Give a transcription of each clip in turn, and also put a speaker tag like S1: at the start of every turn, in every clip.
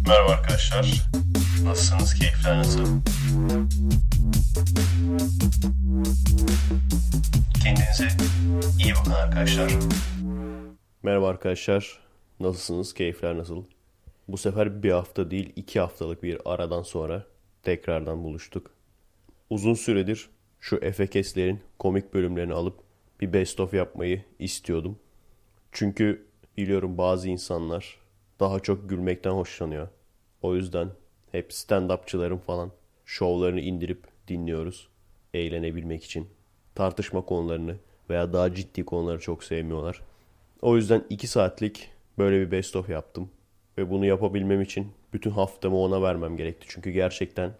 S1: Merhaba arkadaşlar. Nasılsınız? Keyifler nasıl? Kendinize iyi bakın arkadaşlar.
S2: Merhaba arkadaşlar. Nasılsınız? Keyifler nasıl? Bu sefer bir hafta değil 2 haftalık bir aradan sonra tekrardan buluştuk. Uzun süredir şu Efekeslerin komik bölümlerini alıp bir best of yapmayı istiyordum. Çünkü biliyorum bazı insanlar daha çok gülmekten hoşlanıyor. O yüzden hep stand-upçıların falan şovlarını indirip dinliyoruz. Eğlenebilmek için. Tartışma konularını veya daha ciddi konuları çok sevmiyorlar. O yüzden 2 saatlik böyle bir best of yaptım. Ve bunu yapabilmem için bütün haftamı ona vermem gerekti. Çünkü gerçekten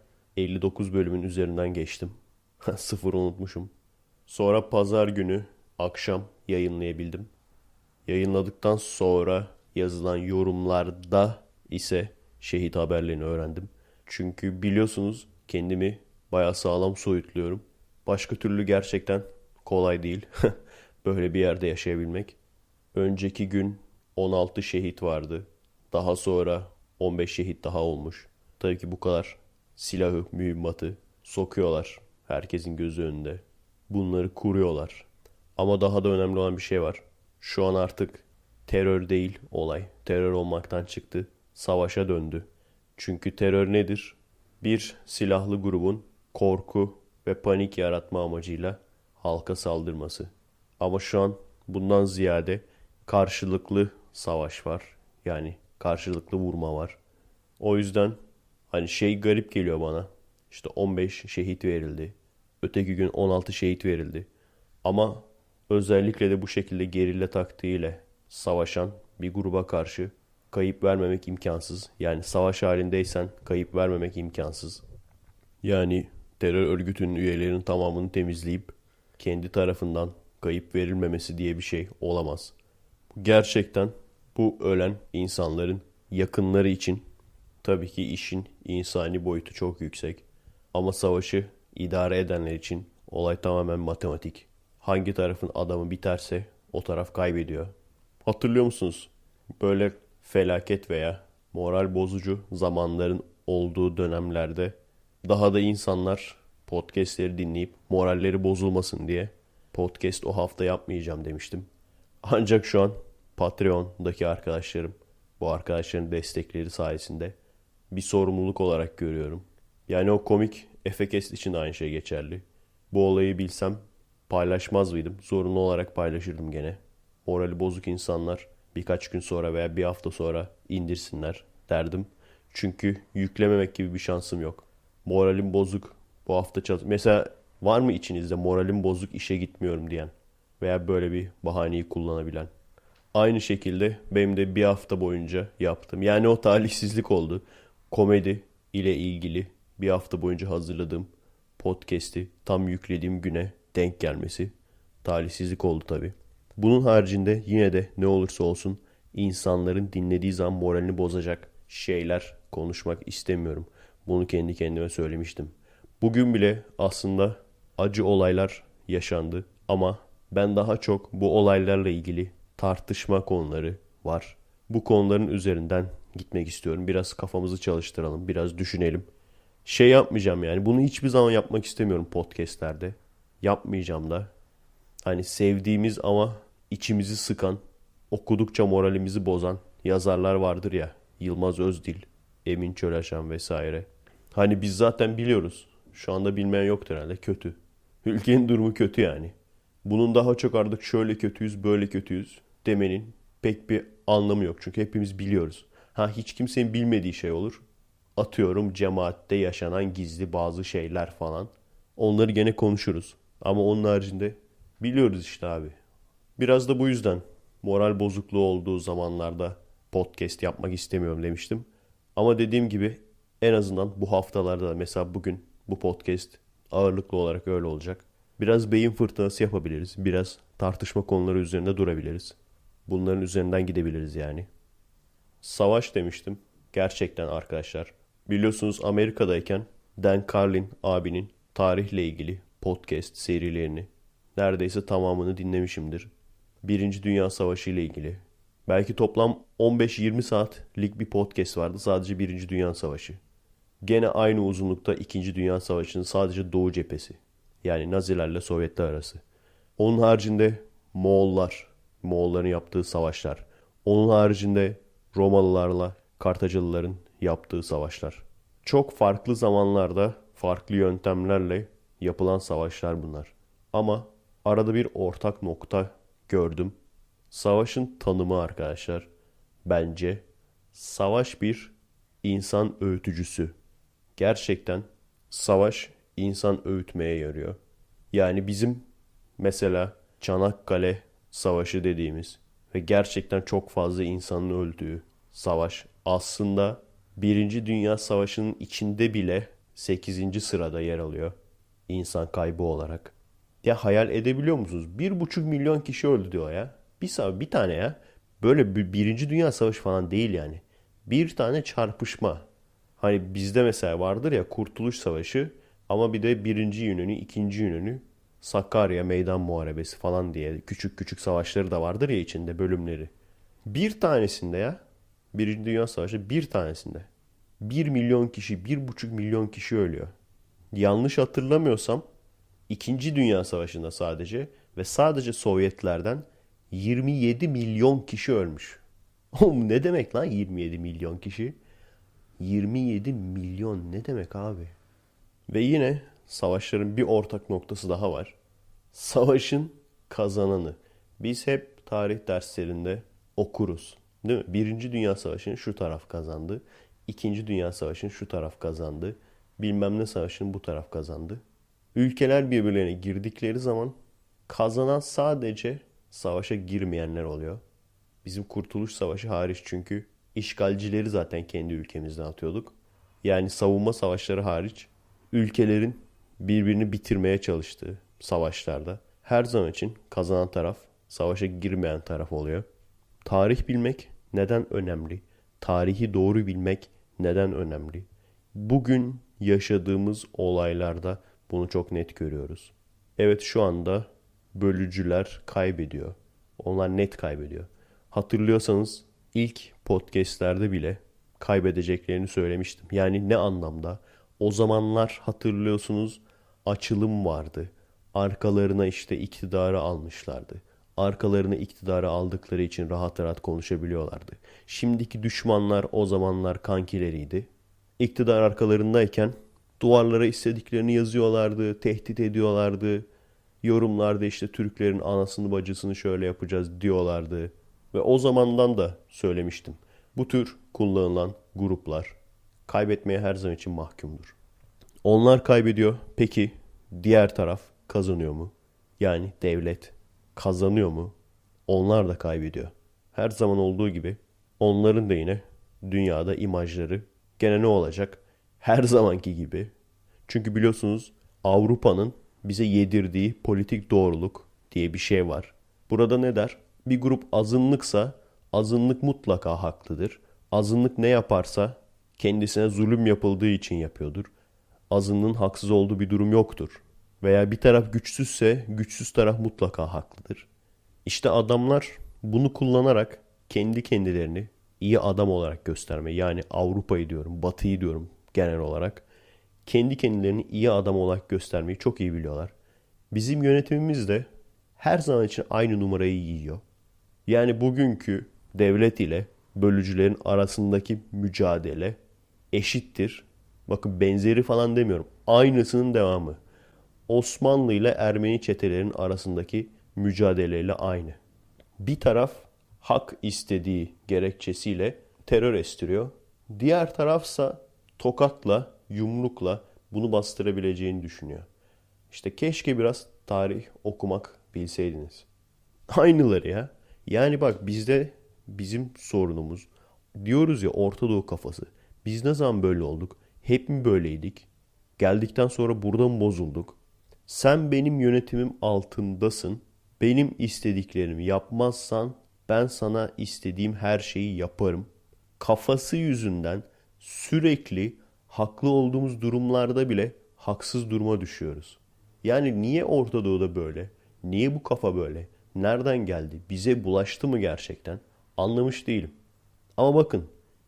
S2: 59 bölümün üzerinden geçtim. Sıfır unutmuşum. Sonra pazar günü akşam yayınlayabildim. Yayınladıktan sonra yazılan yorumlarda ise şehit haberlerini öğrendim. Çünkü biliyorsunuz kendimi bayağı sağlam soyutluyorum. Başka türlü gerçekten kolay değil böyle bir yerde yaşayabilmek. Önceki gün 16 şehit vardı. Daha sonra 15 şehit daha olmuş. Tabii ki bu kadar silahı, mühimmatı sokuyorlar herkesin gözü önünde. Bunları kuruyorlar. Ama daha da önemli olan bir şey var. Şu an artık terör değil olay. Terör olmaktan çıktı. Savaşa döndü. Çünkü terör nedir? Bir silahlı grubun korku ve panik yaratma amacıyla halka saldırması. Ama şu an bundan ziyade karşılıklı savaş var. Yani karşılıklı vurma var. O yüzden hani şey garip geliyor bana. İşte 15 şehit verildi. Öteki gün 16 şehit verildi. Ama özellikle de bu şekilde gerilla taktiğiyle savaşan bir gruba karşı kayıp vermemek imkansız. Yani savaş halindeysen kayıp vermemek imkansız. Yani terör örgütünün üyelerinin tamamını temizleyip kendi tarafından kayıp verilmemesi diye bir şey olamaz. Gerçekten bu ölen insanların yakınları için tabii ki işin insani boyutu çok yüksek. Ama savaşı idare edenler için olay tamamen matematik. Hangi tarafın adamı biterse o taraf kaybediyor. Hatırlıyor musunuz? Böyle felaket veya moral bozucu zamanların olduğu dönemlerde daha da insanlar podcastleri dinleyip moralleri bozulmasın diye podcast o hafta yapmayacağım demiştim. Ancak şu an Patreon'daki arkadaşlarım, bu arkadaşların destekleri sayesinde bir sorumluluk olarak görüyorum. Yani o komik Efekest için de aynı şey geçerli. Bu olayı bilsem paylaşmaz mıydım? Zorunlu olarak paylaşırdım gene. Morali bozuk insanlar birkaç gün sonra veya bir hafta sonra indirsinler derdim. Çünkü yüklememek gibi bir şansım yok. Moralim bozuk bu hafta Mesela var mı içinizde moralim bozuk işe gitmiyorum diyen veya böyle bir bahaneyi kullanabilen? Aynı şekilde benim de bir hafta boyunca yaptım. Yani o talihsizlik oldu. Komedi ile ilgili bir hafta boyunca hazırladığım podcast'i tam yüklediğim güne denk gelmesi talihsizlik oldu tabii. Bunun haricinde yine de ne olursa olsun insanların dinlediği zaman moralini bozacak şeyler konuşmak istemiyorum. Bunu kendi kendime söylemiştim. Bugün bile aslında acı olaylar yaşandı ama ben daha çok bu olaylarla ilgili tartışma konuları var. Bu konuların üzerinden gitmek istiyorum. Biraz kafamızı çalıştıralım, biraz düşünelim. Şey yapmayacağım yani. Bunu hiçbir zaman yapmak istemiyorum podcastlerde. Yapmayacağım da. Hani sevdiğimiz ama içimizi sıkan, okudukça moralimizi bozan yazarlar vardır ya. Yılmaz Özdil, Emin Çölaşan vesaire. Hani biz zaten biliyoruz. Şu anda bilmeyen yoktur herhalde. Kötü. Ülkenin durumu kötü yani. Bunun daha çok artık şöyle kötüyüz, böyle kötüyüz demenin pek bir anlamı yok. Çünkü hepimiz biliyoruz. Ha hiç kimsenin bilmediği şey olur. Atıyorum cemaatte yaşanan gizli bazı şeyler falan. Onları gene konuşuruz. Ama onun haricinde biliyoruz işte abi. Biraz da bu yüzden moral bozukluğu olduğu zamanlarda podcast yapmak istemiyorum demiştim. Ama dediğim gibi en azından bu haftalarda da mesela bugün bu podcast ağırlıklı olarak öyle olacak. Biraz beyin fırtınası yapabiliriz. Biraz tartışma konuları üzerinde durabiliriz. Bunların üzerinden gidebiliriz yani. Savaş demiştim. Gerçekten arkadaşlar. Biliyorsunuz Amerika'dayken Dan Carlin abinin tarihle ilgili podcast serilerini neredeyse tamamını dinlemişimdir. Birinci Dünya Savaşı ile ilgili, Belki toplam 15-20 saatlik bir podcast vardı sadece Birinci Dünya Savaşı. Gene aynı uzunlukta İkinci Dünya Savaşı'nın sadece Doğu cephesi. Yani Nazilerle Sovyetler arası. Onun haricinde Moğolların yaptığı savaşlar. Onun haricinde Romalılarla Kartacalıların yaptığı savaşlar. Çok farklı zamanlarda, farklı yöntemlerle yapılan savaşlar bunlar. Ama arada bir ortak nokta gördüm. Savaşın tanımı arkadaşlar. Bence savaş bir insan öğütücüsü. Gerçekten savaş insan öğütmeye yarıyor. Yani bizim mesela Çanakkale Savaşı dediğimiz ve gerçekten çok fazla insanın öldüğü savaş aslında Birinci Dünya Savaşı'nın içinde bile 8. sırada yer alıyor insan kaybı olarak. Ya hayal edebiliyor musunuz? 1,5 milyon kişi öldü diyor ya. Bir tane ya. Böyle Birinci Dünya Savaşı falan değil yani. Bir tane çarpışma. Hani bizde mesela vardır ya Kurtuluş Savaşı ama bir de birinci Yunan'ı, ikinci Yunan'ı, Sakarya Meydan Muharebesi falan diye küçük küçük savaşları da vardır ya içinde bölümleri. Bir tanesinde ya Birinci Dünya Savaşı bir tanesinde 1 milyon kişi, 1,5 milyon kişi ölüyor. Yanlış hatırlamıyorsam İkinci Dünya Savaşı'nda sadece ve sadece Sovyetlerden 27 milyon kişi ölmüş. Oğlum ne demek lan 27 milyon kişi? 27 milyon ne demek abi? Ve yine savaşların bir ortak noktası daha var. Savaşın kazananı. Biz hep tarih derslerinde okuruz. Değil mi? Birinci Dünya Savaşı'nın şu taraf kazandı. İkinci Dünya Savaşı'nın şu taraf kazandı. Bilmem ne savaşının bu taraf kazandı. Ülkeler birbirlerine girdikleri zaman kazanan sadece savaşa girmeyenler oluyor. Bizim Kurtuluş Savaşı hariç çünkü işgalcileri zaten kendi ülkemizden atıyorduk. Yani savunma savaşları hariç ülkelerin birbirini bitirmeye çalıştığı savaşlarda her zaman için kazanan taraf savaşa girmeyen taraf oluyor. Tarih bilmek neden önemli? Tarihi doğru bilmek neden önemli? Bugün yaşadığımız olaylarda bunu çok net görüyoruz. Evet şu anda bölücüler kaybediyor. Onlar net kaybediyor. Hatırlıyorsanız ilk podcastlerde bile kaybedeceklerini söylemiştim. Yani ne anlamda? O zamanlar hatırlıyorsunuz açılım vardı. Arkalarına işte iktidarı almışlardı. Arkalarına iktidarı aldıkları için rahat rahat konuşabiliyorlardı. Şimdiki düşmanlar o zamanlar kankileriydi. İktidar arkalarındayken duvarlara istediklerini yazıyorlardı, tehdit ediyorlardı. Yorumlarda işte Türklerin anasını bacısını şöyle yapacağız diyorlardı. Ve o zamandan da söylemiştim. Bu tür kullanılan gruplar kaybetmeye her zaman için mahkumdur. Onlar kaybediyor. Peki diğer taraf kazanıyor mu? Yani devlet kazanıyor mu? Onlar da kaybediyor. Her zaman olduğu gibi onların da yine dünyada imajları gene ne olacak? Her zamanki gibi. Çünkü biliyorsunuz Avrupa'nın bize yedirdiği politik doğruluk diye bir şey var. Burada ne der? Bir grup azınlıksa azınlık mutlaka haklıdır. Azınlık ne yaparsa kendisine zulüm yapıldığı için yapıyordur. Azınlığın haksız olduğu bir durum yoktur. Veya bir taraf güçsüzse güçsüz taraf mutlaka haklıdır. İşte adamlar bunu kullanarak kendi kendilerini iyi adam olarak gösterme. Yani Avrupa'yı diyorum, Batı'yı diyorum genel olarak. Kendi kendilerini iyi adam olarak göstermeyi çok iyi biliyorlar. Bizim yönetimimiz de her zaman için aynı numarayı yiyor. Yani bugünkü devlet ile bölücülerin arasındaki mücadele eşittir. Bakın benzeri falan demiyorum. Aynısının devamı. Osmanlı ile Ermeni çetelerin arasındaki mücadeleyle aynı. Bir taraf hak istediği gerekçesiyle terör estiriyor. Diğer tarafsa tokatla, yumrukla bunu bastırabileceğini düşünüyor. İşte keşke biraz tarih okumak bilseydiniz. Aynıları ya. Yani bak bizde bizim sorunumuz diyoruz ya Orta Doğu kafası. Biz ne zaman böyle olduk? Hep mi böyleydik? Geldikten sonra burada mı bozulduk? Sen benim yönetimim altındasın. Benim istediklerimi yapmazsan ben sana istediğim her şeyi yaparım. Kafası yüzünden sürekli haklı olduğumuz durumlarda bile haksız duruma düşüyoruz. Yani niye Orta Doğu'da böyle? Niye bu kafa böyle? Nereden geldi? Bize bulaştı mı gerçekten? Anlamış değilim. Ama bakın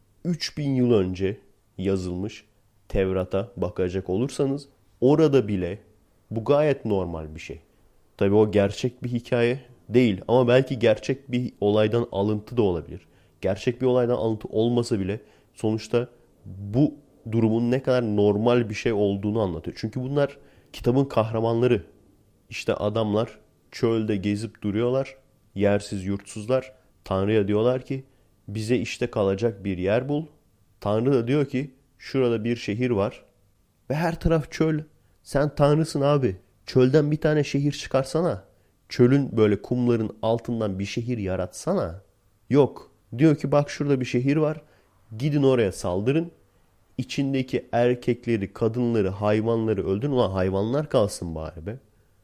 S2: 3000 yıl önce yazılmış Tevrat'a bakacak olursanız orada bile bu gayet normal bir şey. Tabii o gerçek bir hikaye değil ama belki gerçek bir olaydan alıntı da olabilir. Gerçek bir olaydan alıntı olmasa bile sonuçta bu durumun ne kadar normal bir şey olduğunu anlatıyor. Çünkü bunlar kitabın kahramanları. İşte adamlar çölde gezip duruyorlar. Yersiz yurtsuzlar. Tanrı'ya diyorlar ki bize işte kalacak bir yer bul. Tanrı da diyor ki şurada bir şehir var. Ve her taraf çöl. Sen Tanrısın abi. Çölden bir tane şehir çıkarsana. Çölün böyle kumların altından bir şehir yaratsana. Yok. Diyor ki bak şurada bir şehir var. Gidin oraya saldırın. İçindeki erkekleri, kadınları, hayvanları öldürün. Ulan hayvanlar kalsın bari be.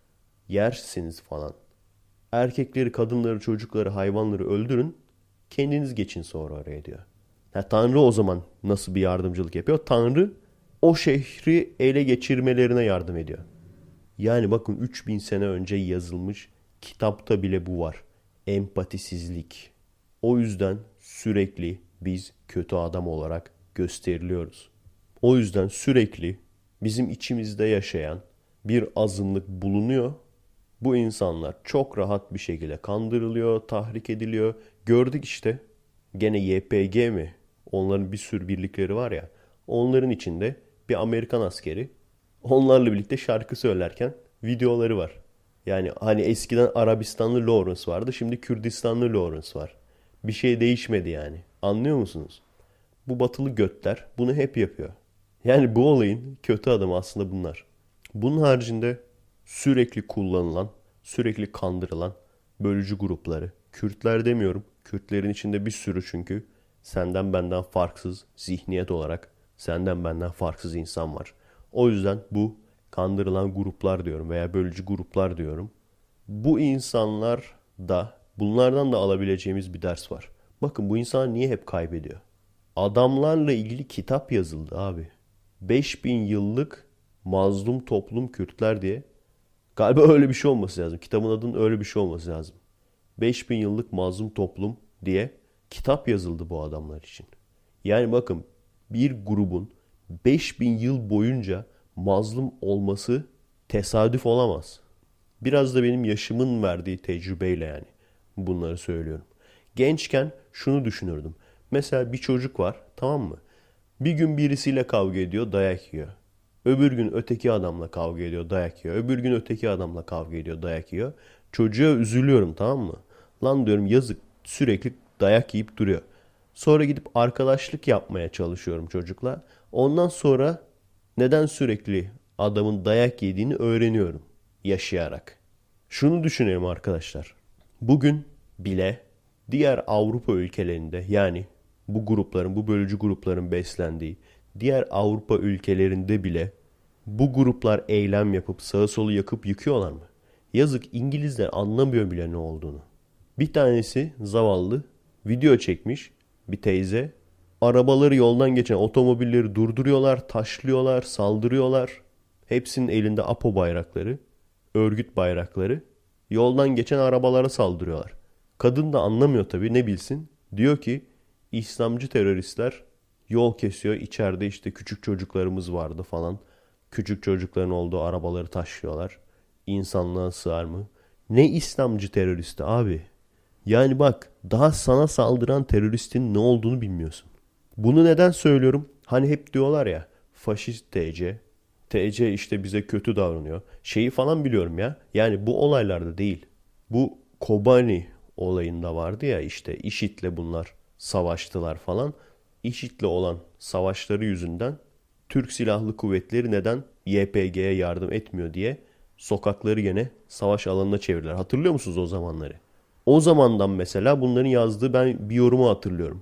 S2: Yersiniz falan. Erkekleri, kadınları, çocukları, hayvanları öldürün. Kendiniz geçin sonra oraya diyor. Ha, Tanrı o zaman nasıl bir yardımcılık yapıyor? Tanrı o şehri ele geçirmelerine yardım ediyor. Yani bakın 3000 sene önce yazılmış kitapta bile bu var. Empatisizlik. O yüzden sürekli biz kötü adam olarak gösteriliyoruz. O yüzden sürekli bizim içimizde yaşayan bir azınlık bulunuyor. Bu insanlar çok rahat bir şekilde kandırılıyor, tahrik ediliyor. Gördük işte. Gene YPG mi? Onların bir sürü birlikleri var ya. Onların içinde bir Amerikan askeri onlarla birlikte şarkı söylerken videoları var. Yani hani eskiden Arabistanlı Lawrence vardı, şimdi Kürdistanlı Lawrence var. Bir şey değişmedi yani. Anlıyor musunuz? Bu batılı götler bunu hep yapıyor. Yani bu olayın kötü adamı aslında bunlar. Bunun haricinde sürekli kullanılan, sürekli kandırılan bölücü grupları. Kürtler demiyorum. Kürtlerin içinde bir sürü çünkü senden benden farksız zihniyet olarak senden benden farksız insan var. O yüzden bu kandırılan gruplar diyorum veya bölücü gruplar diyorum. Bu insanlar da bunlardan da alabileceğimiz bir ders var. Bakın bu insan niye hep kaybediyor? Adamlarla ilgili kitap yazıldı abi. 5000 yıllık mazlum toplum Kürtler diye. Galiba öyle bir şey olması lazım. Kitabın adının öyle bir şey olması lazım. 5000 yıllık mazlum toplum diye kitap yazıldı bu adamlar için. Yani bakın bir grubun 5000 yıl boyunca mazlum olması tesadüf olamaz. Biraz da benim yaşımın verdiği tecrübeyle yani bunları söylüyorum. Gençken şunu düşünürdüm. Mesela bir çocuk var, tamam mı? Bir gün birisiyle kavga ediyor, dayak yiyor. Öbür gün öteki adamla kavga ediyor, dayak yiyor. Öbür gün öteki adamla kavga ediyor, dayak yiyor. Çocuğa üzülüyorum, tamam mı? Lan diyorum yazık, sürekli dayak yiyip duruyor. Sonra gidip arkadaşlık yapmaya çalışıyorum çocukla. Ondan sonra neden sürekli adamın dayak yediğini öğreniyorum yaşayarak. Şunu düşünelim arkadaşlar. Bugün bile diğer Avrupa ülkelerinde yani bu grupların, bu bölücü grupların beslendiği diğer Avrupa ülkelerinde bile bu gruplar eylem yapıp sağı solu yakıp yıkıyorlar mı? Yazık İngilizler anlamıyor bile ne olduğunu. Bir tanesi zavallı video çekmiş bir teyze. Arabaları yoldan geçen otomobilleri durduruyorlar, taşlıyorlar, saldırıyorlar. Hepsinin elinde APO bayrakları, örgüt bayrakları. Yoldan geçen arabalara saldırıyorlar. Kadın da anlamıyor tabii ne bilsin. Diyor ki İslamcı teröristler yol kesiyor. İçeride işte küçük çocuklarımız vardı falan. Küçük çocukların olduğu arabaları taşlıyorlar. İnsanlığa sığar mı? Ne İslamcı teröristi abi? Yani bak daha sana saldıran teröristin ne olduğunu bilmiyorsun. Bunu neden söylüyorum? Hani hep diyorlar ya faşist TC. TC işte bize kötü davranıyor. Şeyi falan biliyorum ya. Yani bu olaylarda değil. Bu Kobani olayında vardı ya işte IŞİD'le bunlar savaştılar falan. IŞİD'le olan savaşları yüzünden Türk Silahlı Kuvvetleri neden YPG'ye yardım etmiyor diye sokakları gene savaş alanına çevirdiler. Hatırlıyor musunuz o zamanları? O zamandan mesela bunların yazdığı ben bir yorumu hatırlıyorum.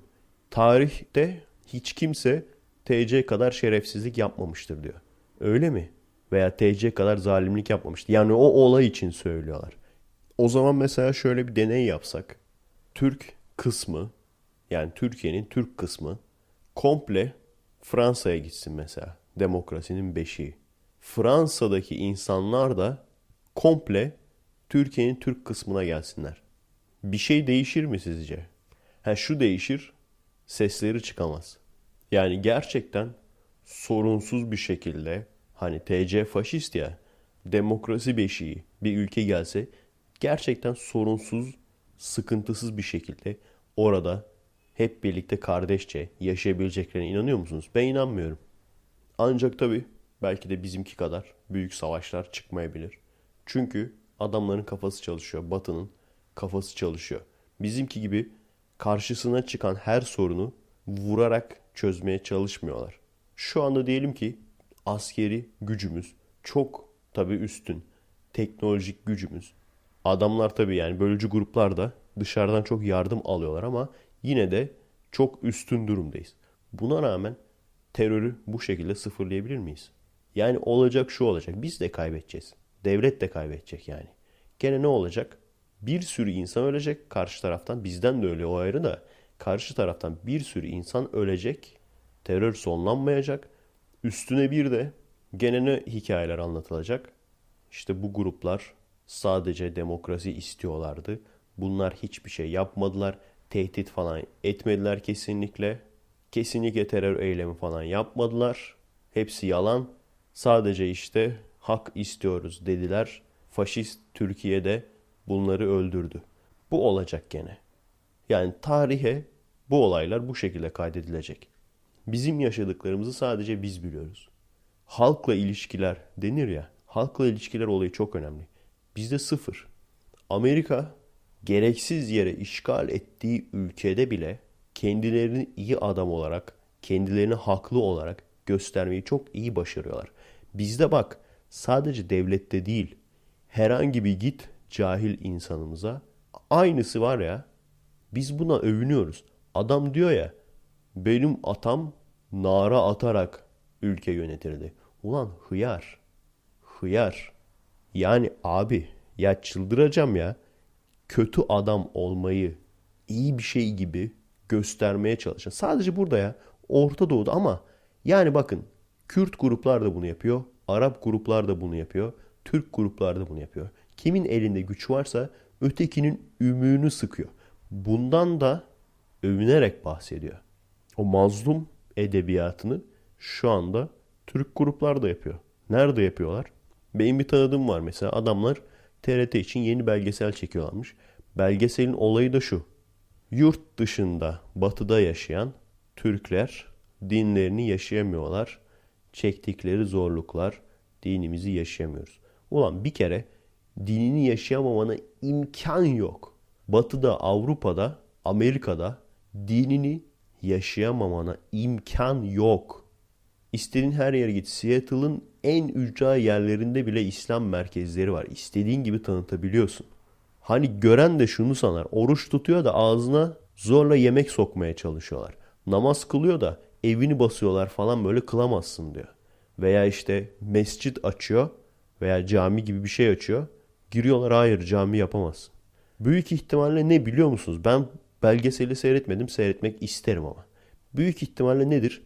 S2: Tarihte hiç kimse TC kadar şerefsizlik yapmamıştır diyor. Öyle mi? Veya TC kadar zalimlik yapmamıştır. Yani o olay için söylüyorlar. O zaman mesela şöyle bir deney yapsak. Türk kısmı yani Türkiye'nin Türk kısmı komple Fransa'ya gitsin mesela. Demokrasinin beşiği. Fransa'daki insanlar da komple Türkiye'nin Türk kısmına gelsinler. Bir şey değişir mi sizce? Ha şu değişir, sesleri çıkamaz. Yani gerçekten sorunsuz bir şekilde hani TC faşist ya demokrasi beşiği bir ülke gelse gerçekten sorunsuz, sıkıntısız bir şekilde orada hep birlikte kardeşçe yaşayabileceklerine inanıyor musunuz? Ben inanmıyorum. Ancak tabii belki de bizimki kadar büyük savaşlar çıkmayabilir. Çünkü adamların kafası çalışıyor. Batı'nın kafası çalışıyor. Bizimki gibi karşısına çıkan her sorunu vurarak çözmeye çalışmıyorlar. Şu anda diyelim ki askeri gücümüz çok tabii üstün. Teknolojik gücümüz. Adamlar tabii yani bölücü gruplar da dışarıdan çok yardım alıyorlar ama yine de çok üstün durumdayız. Buna rağmen terörü bu şekilde sıfırlayabilir miyiz? Yani olacak şu olacak. Biz de kaybedeceğiz. Devlet de kaybedecek yani. Gene ne olacak? Bir sürü insan ölecek karşı taraftan. Bizden de öyle o ayrı da. Karşı taraftan bir sürü insan ölecek. Terör sonlanmayacak. Üstüne bir de gene ne hikayeler anlatılacak? İşte bu gruplar sadece demokrasi istiyorlardı. Bunlar hiçbir şey yapmadılar. Tehdit falan etmediler kesinlikle. Kesinlikle terör eylemi falan yapmadılar. Hepsi yalan. Sadece işte hak istiyoruz dediler. Faşist Türkiye'de bunları öldürdü. Bu olacak gene. Yani tarihe bu olaylar bu şekilde kaydedilecek. Bizim yaşadıklarımızı sadece biz biliyoruz. Halkla ilişkiler denir ya. Halkla ilişkiler olayı çok önemli. Bizde sıfır. Amerika gereksiz yere işgal ettiği ülkede bile kendilerini iyi adam olarak, kendilerini haklı olarak göstermeyi çok iyi başarıyorlar. Bizde bak sadece devlette değil, herhangi bir git cahil insanımıza aynısı var ya. Biz buna övünüyoruz. Adam diyor ya, benim atam nara atarak ülke yönetirdi. Ulan hıyar, hıyar. Yani abi ya çıldıracağım ya. Kötü adam olmayı iyi bir şey gibi göstermeye çalışan. Sadece burada ya. Orta Doğu'da ama yani bakın Kürt gruplar da bunu yapıyor. Arap gruplar da bunu yapıyor. Türk gruplar da bunu yapıyor. Kimin elinde güç varsa ötekinin ümüğünü sıkıyor. Bundan da övünerek bahsediyor. O mazlum edebiyatını şu anda Türk gruplar da yapıyor. Nerede yapıyorlar? Benim bir tanıdığım var mesela. Adamlar TRT için yeni belgesel çekiyorlarmış. Belgeselin olayı da şu. Yurt dışında, batıda yaşayan Türkler dinlerini yaşayamıyorlar. Çektikleri zorluklar, dinimizi yaşayamıyoruz. Ulan bir kere dinini yaşayamamana imkan yok. Batıda, Avrupa'da, Amerika'da dinini yaşayamamana imkan yok. İstediğin her yere git. Seattle'ın en ücra yerlerinde bile İslam merkezleri var. İstediğin gibi tanıtabiliyorsun. Hani gören de şunu sanar. Oruç tutuyor da ağzına zorla yemek sokmaya çalışıyorlar. Namaz kılıyor da evini basıyorlar falan böyle kılamazsın diyor. Veya işte mescit açıyor veya cami gibi bir şey açıyor. Giriyorlar hayır cami yapamazsın. Büyük ihtimalle ne biliyor musunuz? Ben belgeseli seyretmedim, seyretmek isterim ama. Büyük ihtimalle nedir?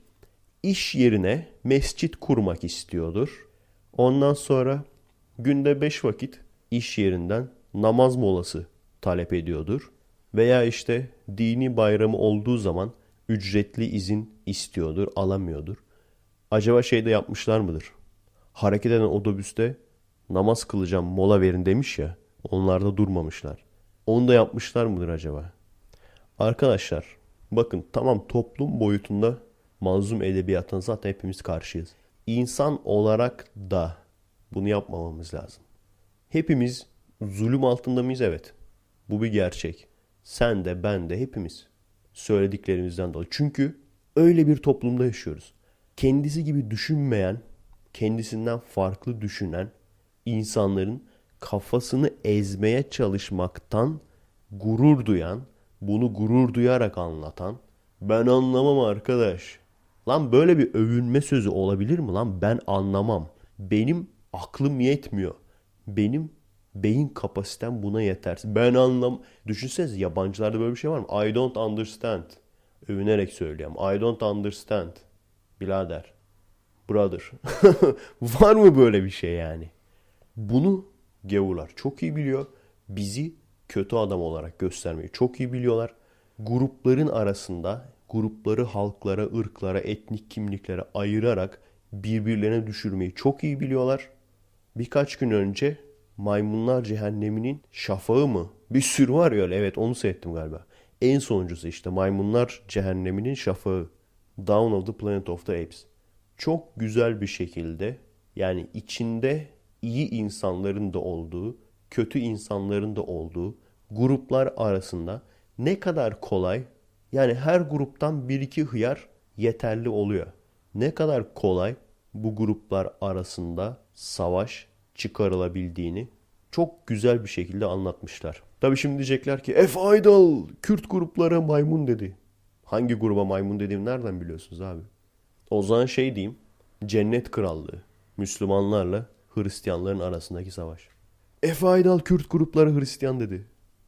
S2: İş yerine mescit kurmak istiyordur. Ondan sonra günde 5 vakit iş yerinden namaz molası talep ediyordur. Veya işte dini bayramı olduğu zaman ücretli izin istiyordur, alamıyordur. Acaba şey de yapmışlar mıdır? Hareket eden otobüste namaz kılacağım mola verin demiş ya. Onlar da durmamışlar. Onu da yapmışlar mıdır acaba? Arkadaşlar bakın tamam toplum boyutunda mazlum edebiyatına zaten hepimiz karşıyız. İnsan olarak da bunu yapmamamız lazım. Hepimiz zulüm altında mıyız? Evet. Bu bir gerçek. Sen de ben de hepimiz. Söylediklerimizden dolayı. Çünkü öyle bir toplumda yaşıyoruz. Kendisi gibi düşünmeyen, kendisinden farklı düşünen insanların kafasını ezmeye çalışmaktan gurur duyan, bunu gurur duyarak anlatan, ben anlamam arkadaş. Lan böyle bir övünme sözü olabilir mi lan? Ben anlamam. Benim aklım yetmiyor. Benim beyin kapasitem buna yetersiz. Ben anlam. Düşünsenize yabancılarda böyle bir şey var mı? I don't understand. Övünerek söylüyorum. I don't understand. Birader. Brother. Var mı böyle bir şey yani? Bunu gavurlar çok iyi biliyor. Bizi kötü adam olarak göstermeyi çok iyi biliyorlar. grupların arasında grupları halklara, ırklara, etnik kimliklere ayırarak birbirlerine düşürmeyi çok iyi biliyorlar. Birkaç gün önce Maymunlar Cehennemi'nin Şafağı mı? Bir sürü var ya öyle. Evet, onu seyrettim galiba. En sonuncusu işte Maymunlar Cehennemi'nin Şafağı. Dawn of the Planet of the Apes. Çok güzel bir şekilde, yani içinde iyi insanların da olduğu, kötü insanların da olduğu gruplar arasında ne kadar kolay, yani her gruptan bir iki hıyar yeterli oluyor. Ne kadar kolay bu gruplar arasında savaş çıkarılabildiğini çok güzel bir şekilde anlatmışlar. Tabii şimdi diyecekler ki F. Idol Kürt gruplara maymun dedi. Hangi gruba maymun dediğimi nereden biliyorsunuz abi? O zaman şey diyeyim. Cennet Krallığı. Müslümanlarla Hristiyanların arasındaki savaş. F. Idol Kürt grupları Hristiyan dedi.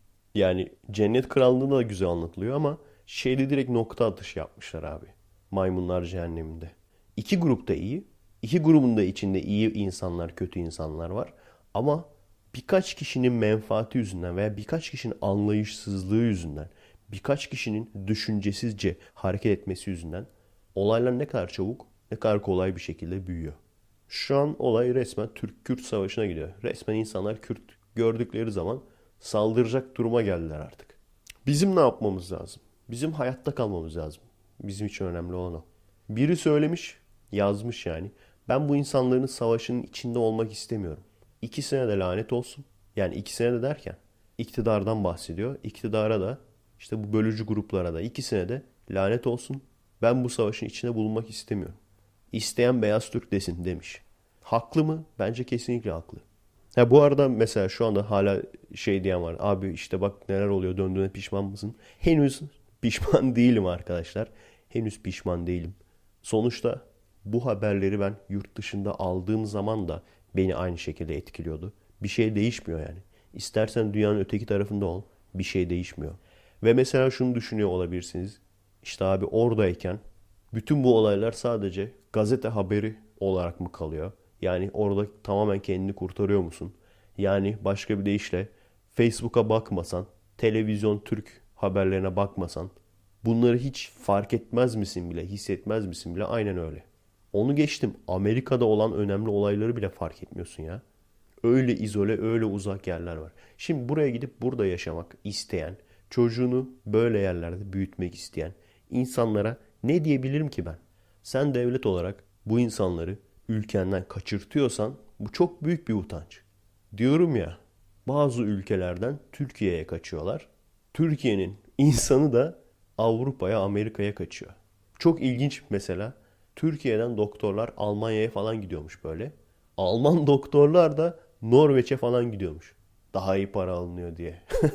S2: Yani Cennet Krallığı da güzel anlatılıyor ama şeyde direkt nokta atışı yapmışlar abi. Maymunlar Cehennemi'nde. İki grup da iyi. İki grubun da içinde iyi insanlar, kötü insanlar var. Ama birkaç kişinin menfaati yüzünden veya birkaç kişinin anlayışsızlığı yüzünden, birkaç kişinin düşüncesizce hareket etmesi yüzünden olaylar ne kadar çabuk, ne kadar kolay bir şekilde büyüyor. Şu an olay resmen Türk-Kürt savaşına gidiyor. Resmen insanlar Kürt gördükleri zaman saldıracak duruma geldiler artık. Bizim ne yapmamız lazım? Bizim hayatta kalmamız lazım. Bizim için önemli olan o. Biri söylemiş, yazmış yani. Ben bu insanların savaşının içinde olmak istemiyorum. İkisine de lanet olsun. Yani ikisine de derken iktidardan bahsediyor. İktidara da işte bu bölücü gruplara da ikisine de lanet olsun. Ben bu savaşın içinde bulunmak istemiyorum. İsteyen beyaz Türk desin demiş. Haklı mı? Bence kesinlikle haklı. Ha, bu arada mesela şu anda hala şey diyen var. Abi işte bak neler oluyor, döndüğüne pişman mısın? Henüz pişman değilim arkadaşlar. Henüz pişman değilim. Sonuçta bu haberleri ben yurt dışında aldığım zaman da beni aynı şekilde etkiliyordu. Bir şey değişmiyor yani. İstersen dünyanın öteki tarafında ol. Bir şey değişmiyor. Ve mesela şunu düşünüyor olabilirsiniz. İşte abi oradayken bütün bu olaylar sadece gazete haberi olarak mı kalıyor? Yani orada tamamen kendini kurtarıyor musun? Yani başka bir deyişle Facebook'a bakmasan, televizyon Türk haberlerine bakmasan, bunları hiç fark etmez misin bile, hissetmez misin bile? Aynen öyle. Onu geçtim. Amerika'da olan önemli olayları bile fark etmiyorsun ya. Öyle izole, öyle uzak yerler var. Şimdi buraya gidip burada yaşamak isteyen, çocuğunu böyle yerlerde büyütmek isteyen insanlara ne diyebilirim ki ben? Sen devlet olarak bu insanları ülkenden kaçırtıyorsan bu çok büyük bir utanç. Diyorum ya, bazı ülkelerden Türkiye'ye kaçıyorlar. Türkiye'nin insanı da Avrupa'ya, Amerika'ya kaçıyor. Çok ilginç mesela. Türkiye'den doktorlar Almanya'ya falan gidiyormuş böyle. Alman doktorlar da Norveç'e falan gidiyormuş. Daha iyi para alınıyor diye.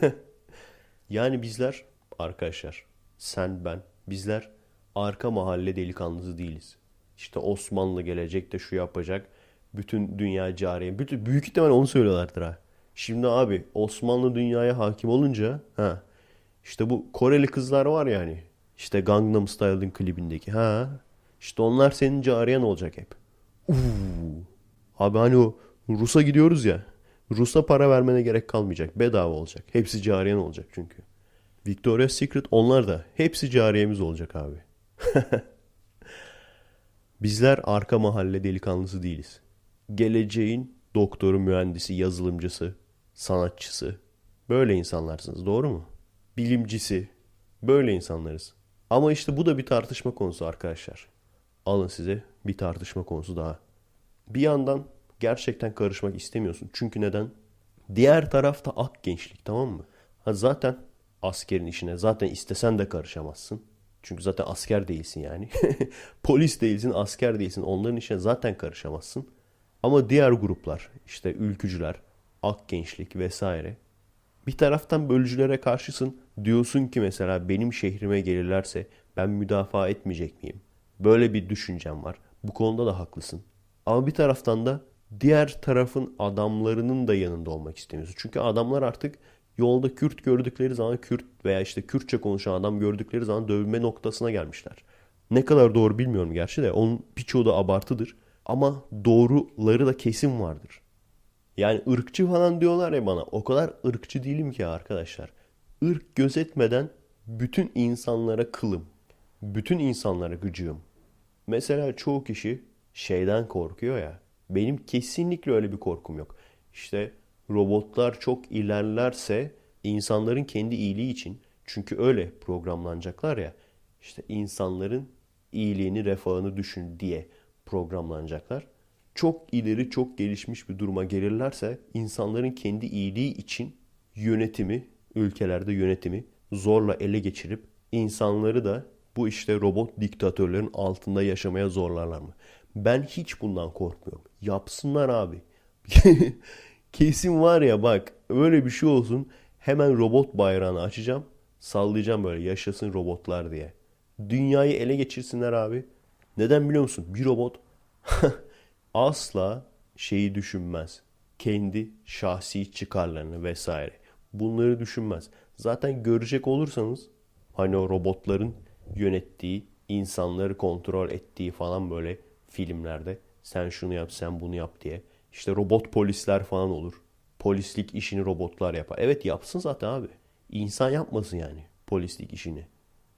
S2: Yani bizler arkadaşlar, sen ben, bizler arka mahalle delikanlısı değiliz. İşte Osmanlı gelecek de şu yapacak. Bütün dünya cariye. Büyük ihtimal onu söylüyorlardır ha. Şimdi abi Osmanlı dünyaya hakim olunca işte bu Koreli kızlar var yani. İşte Gangnam Style'ın klibindeki. İşte onlar senin cariyen olacak hep. Abi hani o Rus'a gidiyoruz ya. Rus'a para vermene gerek kalmayacak. Bedava olacak. Hepsi cariyen olacak çünkü. Victoria's Secret onlar da. Hepsi cariyemiz olacak abi. Bizler arka mahalle delikanlısı değiliz. Geleceğin doktoru, mühendisi, yazılımcısı, sanatçısı. Böyle insanlarsınız, doğru mu? Bilimcisi. Böyle insanlarız. Ama işte bu da bir tartışma konusu arkadaşlar. Alın size bir tartışma konusu daha. Bir yandan gerçekten karışmak istemiyorsun. Çünkü neden? Diğer tarafta ak gençlik, tamam mı? Zaten askerin işine zaten istesen de karışamazsın. Çünkü zaten asker değilsin yani. Polis değilsin, asker değilsin. Onların işine zaten karışamazsın. Ama diğer gruplar, işte ülkücüler, ak gençlik vesaire. Bir taraftan bölücülere karşısın. Diyorsun ki mesela benim şehrime gelirlerse ben müdafaa etmeyecek miyim? Böyle bir düşüncem var. Bu konuda da haklısın. Ama bir taraftan da diğer tarafın adamlarının da yanında olmak istemiyorsun. Çünkü adamlar artık yolda Kürt gördükleri zaman, Kürt veya işte Kürtçe konuşan adam gördükleri zaman dövme noktasına gelmişler. Ne kadar doğru bilmiyorum gerçi de onun birçoğu da abartıdır. Ama doğruları da kesin vardır. Yani ırkçı falan diyorlar ya bana. O kadar ırkçı değilim ki arkadaşlar. Irk gözetmeden bütün insanlara kılım. Bütün insanlara gıcığım. Mesela çoğu kişi şeyden korkuyor ya. Benim kesinlikle öyle bir korkum yok. İşte robotlar çok ilerlerse insanların kendi iyiliği için, çünkü öyle programlanacaklar ya. İşte insanların iyiliğini, refahını düşün diye programlanacaklar. Çok ileri, çok gelişmiş bir duruma gelirlerse insanların kendi iyiliği için yönetimi, ülkelerde yönetimi zorla ele geçirip insanları da bu işte robot diktatörlerin altında yaşamaya zorlarlar mı? Ben hiç bundan korkmuyorum. Yapsınlar abi. Kesin var ya, bak öyle bir şey olsun, hemen robot bayrağını açacağım. Sallayacağım böyle, yaşasın robotlar diye. Dünyayı ele geçirsinler abi. Neden biliyor musun? Bir robot asla şeyi düşünmez. Kendi şahsi çıkarlarını vesaire. Bunları düşünmez. Zaten görecek olursanız hani o robotların yönettiği, insanları kontrol ettiği falan böyle filmlerde sen şunu yap, sen bunu yap diye. İşte robot polisler falan olur. Polislik işini robotlar yapar. Evet, yapsın zaten abi. İnsan yapmasın yani polislik işini.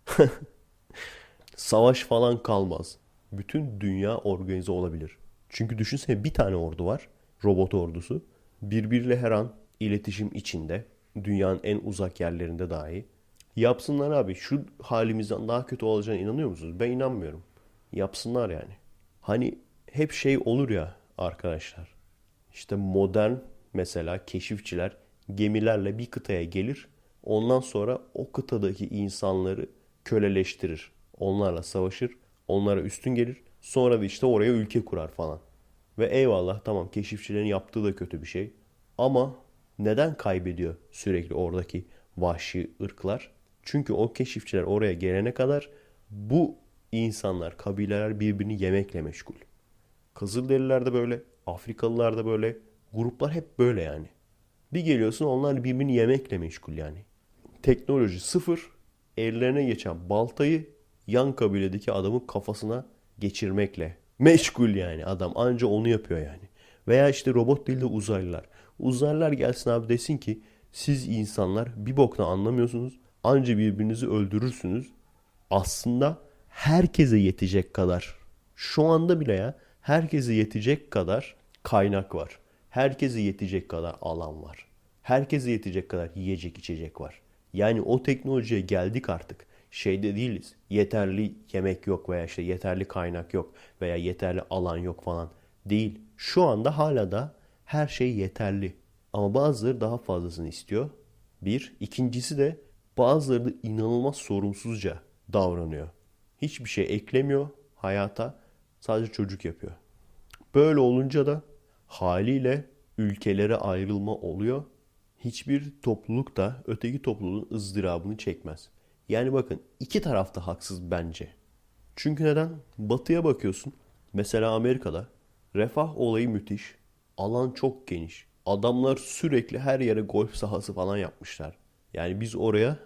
S2: Savaş falan kalmaz. Bütün dünya organize olabilir. Çünkü düşünsene, bir tane ordu var. Robot ordusu. Birbiriyle her an iletişim içinde. Dünyanın en uzak yerlerinde dahi. Yapsınlar abi. Şu halimizden daha kötü olacağına inanıyor musunuz? Ben inanmıyorum. Yapsınlar yani. Hani hep şey olur ya arkadaşlar. İşte modern mesela keşifçiler gemilerle bir kıtaya gelir. Ondan sonra o kıtadaki insanları köleleştirir. Onlarla savaşır. Onlara üstün gelir. Sonra da işte oraya ülke kurar falan. Ve eyvallah, tamam, keşifçilerin yaptığı da kötü bir şey. Ama neden kaybediyor sürekli oradaki vahşi ırklar? Çünkü o keşifçiler oraya gelene kadar bu insanlar, kabileler birbirini yemekle meşgul. Kızılderililer de böyle, Afrikalılar da böyle, gruplar hep böyle yani. Bir geliyorsun, onlar birbirini yemekle meşgul yani. Teknoloji sıfır, ellerine geçen baltayı yan kabiledeki adamın kafasına geçirmekle meşgul yani adam. Anca onu yapıyor yani. Veya işte robot değil de uzaylılar. Uzaylılar gelsin abi, desin ki siz insanlar bir boktan anlamıyorsunuz. Anca birbirinizi öldürürsünüz. Aslında herkese yetecek kadar, şu anda bile ya, herkese yetecek kadar kaynak var. Herkese yetecek kadar alan var. Herkese yetecek kadar yiyecek içecek var. Yani o teknolojiye geldik artık. Şeyde değiliz. Yeterli yemek yok veya işte yeterli kaynak yok veya yeterli alan yok falan. Değil. Şu anda hala da her şey yeterli. Ama bazıları daha fazlasını istiyor. Bir. İkincisi de bazıları da inanılmaz sorumsuzca davranıyor. Hiçbir şey eklemiyor hayata. Sadece çocuk yapıyor. Böyle olunca da haliyle ülkelere ayrılma oluyor. Hiçbir topluluk da öteki topluluğun ızdırabını çekmez. Yani bakın, iki taraf da haksız bence. Çünkü neden? Batıya bakıyorsun. Mesela Amerika'da refah olayı müthiş. Alan çok geniş. Adamlar sürekli her yere golf sahası falan yapmışlar. Yani biz oraya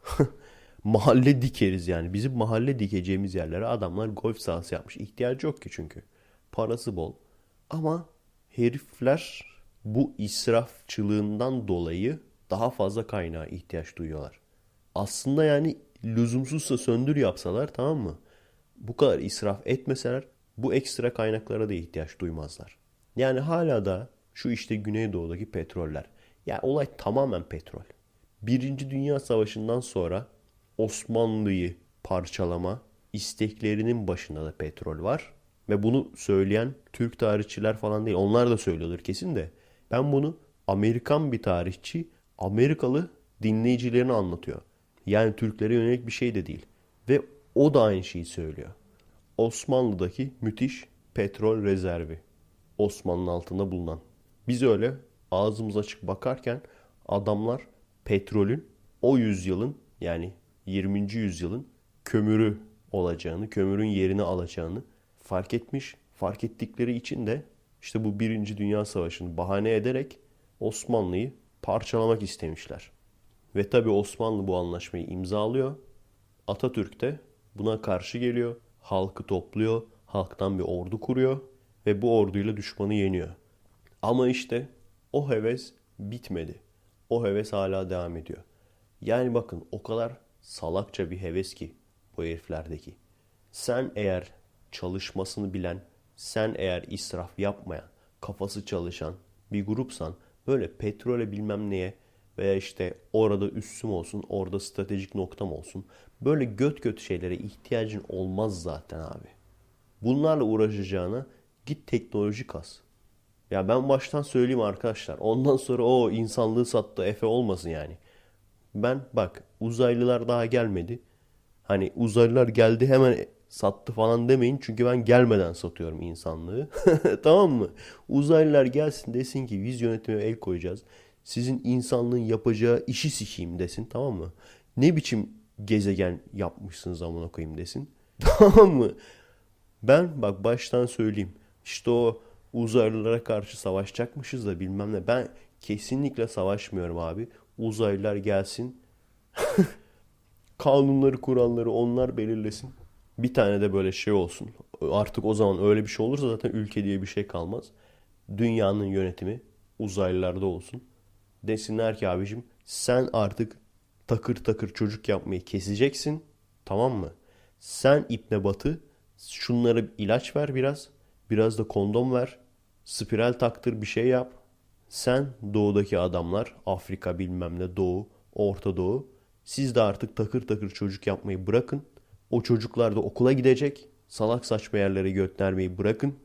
S2: mahalle dikeriz yani. Bizim mahalle dikeceğimiz yerlere adamlar golf sahası yapmış. İhtiyacı yok ki çünkü. Parası bol. Ama herifler bu israfçılığından dolayı daha fazla kaynağa ihtiyaç duyuyorlar. Aslında yani lüzumsuzsa söndür yapsalar, tamam mı? Bu kadar israf etmeseler bu ekstra kaynaklara da ihtiyaç duymazlar. Yani hala da şu işte Güneydoğu'daki petroller. Ya olay tamamen petrol. Birinci Dünya Savaşı'ndan sonra Osmanlı'yı parçalama isteklerinin başında da petrol var. Ve bunu söyleyen Türk tarihçiler falan değil. Onlar da söylüyordur kesin de. Ben bunu Amerikan bir tarihçi, Amerikalı dinleyicilerine anlatıyor. Yani Türklere yönelik bir şey de değil. Ve o da aynı şeyi söylüyor. Osmanlı'daki müthiş petrol rezervi. Osmanlı'nın altında bulunan. Biz öyle ağzımız açık bakarken adamlar petrolün o yüzyılın, yani 20. yüzyılın kömürü olacağını, kömürün yerini alacağını fark etmiş. Fark ettikleri için de işte bu Birinci Dünya Savaşı'nı bahane ederek Osmanlı'yı parçalamak istemişler. Ve tabi Osmanlı bu anlaşmayı imzalıyor. Atatürk de buna karşı geliyor. Halkı topluyor. Halktan bir ordu kuruyor. Ve bu orduyla düşmanı yeniyor. Ama işte o heves bitmedi. O heves hala devam ediyor. Yani bakın, o kadar salakça bir heves ki bu heriflerdeki. Sen eğer çalışmasını bilen, sen eğer israf yapmayan, kafası çalışan bir grupsan böyle petrole bilmem neye veya işte orada üssüm olsun, orada stratejik noktam olsun. Böyle göt göt şeylere ihtiyacın olmaz zaten abi. Bunlarla uğraşacağına git teknoloji kas. Ya ben baştan söyleyeyim arkadaşlar. Ondan sonra o insanlığı sattı Efe olmasın yani. Ben bak uzaylılar daha gelmedi. Hani uzaylılar geldi hemen sattı falan demeyin. Çünkü ben gelmeden satıyorum insanlığı. Tamam mı? Uzaylılar gelsin desin ki biz yönetime el koyacağız. Sizin insanlığın yapacağı işi sikeyim desin, tamam mı? Ne biçim gezegen yapmışsınız amına koyayım desin. Tamam mı? Ben bak baştan söyleyeyim. İşte o uzaylılara karşı savaşacakmışız da bilmem ne. Ben kesinlikle savaşmıyorum abi. Uzaylılar gelsin. Kanunları, kuralları onlar belirlesin. Bir tane de böyle şey olsun. Artık o zaman öyle bir şey olursa zaten ülke diye bir şey kalmaz. Dünyanın yönetimi uzaylılarda olsun. Desinler ki abicim sen artık takır takır çocuk yapmayı keseceksin. Tamam mı? Sen ipne batı şunlara ilaç ver biraz. Biraz da kondom ver. Spiral taktır bir şey yap. Sen doğudaki adamlar Afrika bilmem ne doğu, Orta Doğu. Siz de artık takır takır çocuk yapmayı bırakın. O çocuklar da okula gidecek. Salak saçma yerlere göndermeyi bırakın.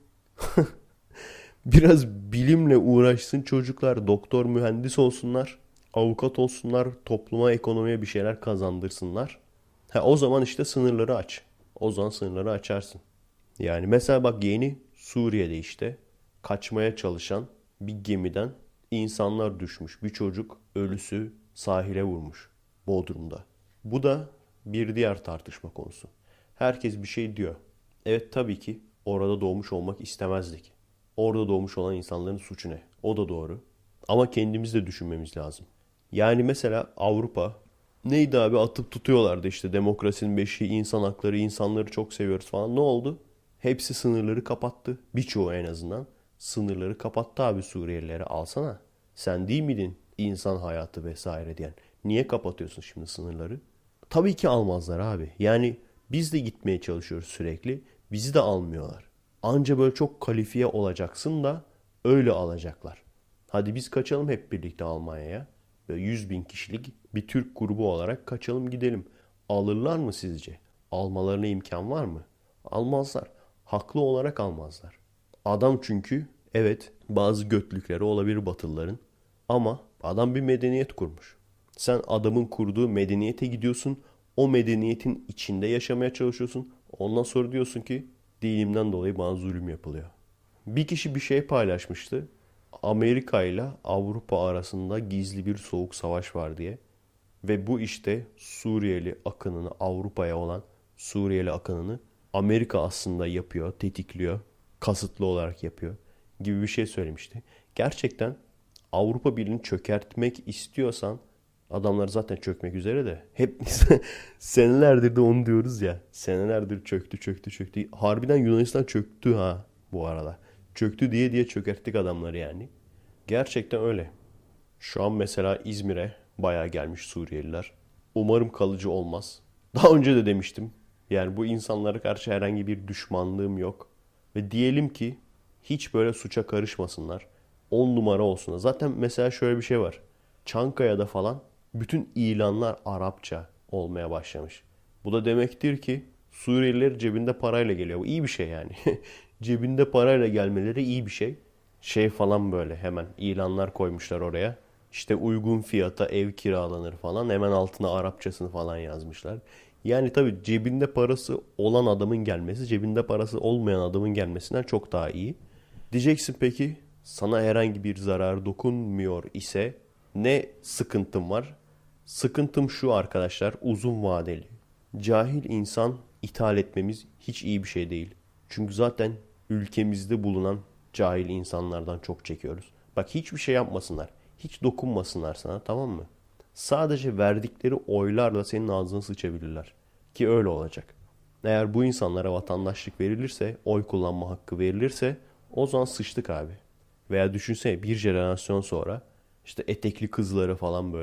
S2: Biraz bilimle uğraşsın çocuklar. Doktor, mühendis olsunlar. Avukat olsunlar. Topluma, ekonomiye bir şeyler kazandırsınlar. O zaman işte sınırları aç. O zaman sınırları açarsın. Yani mesela bak yeni Suriye'de işte kaçmaya çalışan bir gemiden insanlar düşmüş. Bir çocuk ölüsü sahile vurmuş Bodrum'da. Bu da bir diğer tartışma konusu. Herkes bir şey diyor. Evet tabii ki orada doğmuş olmak istemezdik. Orada doğmuş olan insanların suçu ne? O da doğru. Ama kendimiz de düşünmemiz lazım. Yani mesela Avrupa neydi abi atıp tutuyorlardı işte demokrasinin beşiği, insan hakları, insanları çok seviyoruz falan. Ne oldu? Hepsi sınırları kapattı. Birçoğu en azından. Sınırları kapattı abi Suriyelilere alsana. Sen değil miydin insan hayatı vesaire diyen? Niye kapatıyorsun şimdi sınırları? Tabii ki almazlar abi. Yani biz de gitmeye çalışıyoruz sürekli. Bizi de almıyorlar. Anca böyle çok kalifiye olacaksın da öyle alacaklar. Hadi biz kaçalım hep birlikte Almanya'ya. Böyle 100 bin kişilik bir Türk grubu olarak kaçalım gidelim. Alırlar mı sizce? Almalarına imkan var mı? Almazlar. Haklı olarak almazlar. Adam çünkü evet bazı götlükleri olabilir Batılıların. Ama adam bir medeniyet kurmuş. Sen adamın kurduğu medeniyete gidiyorsun. O medeniyetin içinde yaşamaya çalışıyorsun. Ondan sonra diyorsun ki dinimden dolayı bana zulüm yapılıyor. Bir kişi bir şey paylaşmıştı. Amerika ile Avrupa arasında gizli bir soğuk savaş var diye. Ve bu işte Suriyeli akınını, Avrupa'ya olan Suriyeli akınını Amerika aslında yapıyor, tetikliyor, kasıtlı olarak yapıyor gibi bir şey söylemişti. Gerçekten Avrupa Birliği'ni çökertmek istiyorsan adamlar zaten çökmek üzere de hep senelerdir de onu diyoruz ya. Senelerdir çöktü çöktü çöktü. Harbiden Yunanistan çöktü ha bu arada. Çöktü diye diye çökerttik adamları yani. Gerçekten öyle. Şu an mesela İzmir'e bayağı gelmiş Suriyeliler. Umarım kalıcı olmaz. Daha önce de demiştim. Yani bu insanlara karşı herhangi bir düşmanlığım yok. Ve diyelim ki hiç böyle suça karışmasınlar. 10 numara olsun. Zaten mesela şöyle bir şey var. Çankaya'da falan bütün ilanlar Arapça olmaya başlamış. Bu da demektir ki Suriyeliler cebinde parayla geliyor. Bu iyi bir şey yani. Cebinde parayla gelmeleri iyi bir şey. Şey falan böyle hemen ilanlar koymuşlar oraya. İşte uygun fiyata ev kiralanır falan. Hemen altına Arapçasını falan yazmışlar. Yani tabii cebinde parası olan adamın gelmesi, cebinde parası olmayan adamın gelmesinden çok daha iyi. Diyeceksin peki sana herhangi bir zarar dokunmuyor ise ne sıkıntım var? Sıkıntım şu arkadaşlar uzun vadeli. Cahil insan ithal etmemiz hiç iyi bir şey değil. Çünkü zaten ülkemizde bulunan cahil insanlardan çok çekiyoruz. Bak hiçbir şey yapmasınlar. Hiç dokunmasınlar sana tamam mı? Sadece verdikleri oylarla senin ağzını sıçabilirler. Ki öyle olacak. Eğer bu insanlara vatandaşlık verilirse, oy kullanma hakkı verilirse o zaman sıçtık abi. Veya düşünsene bir jenerasyon sonra işte etekli kızları falan böyle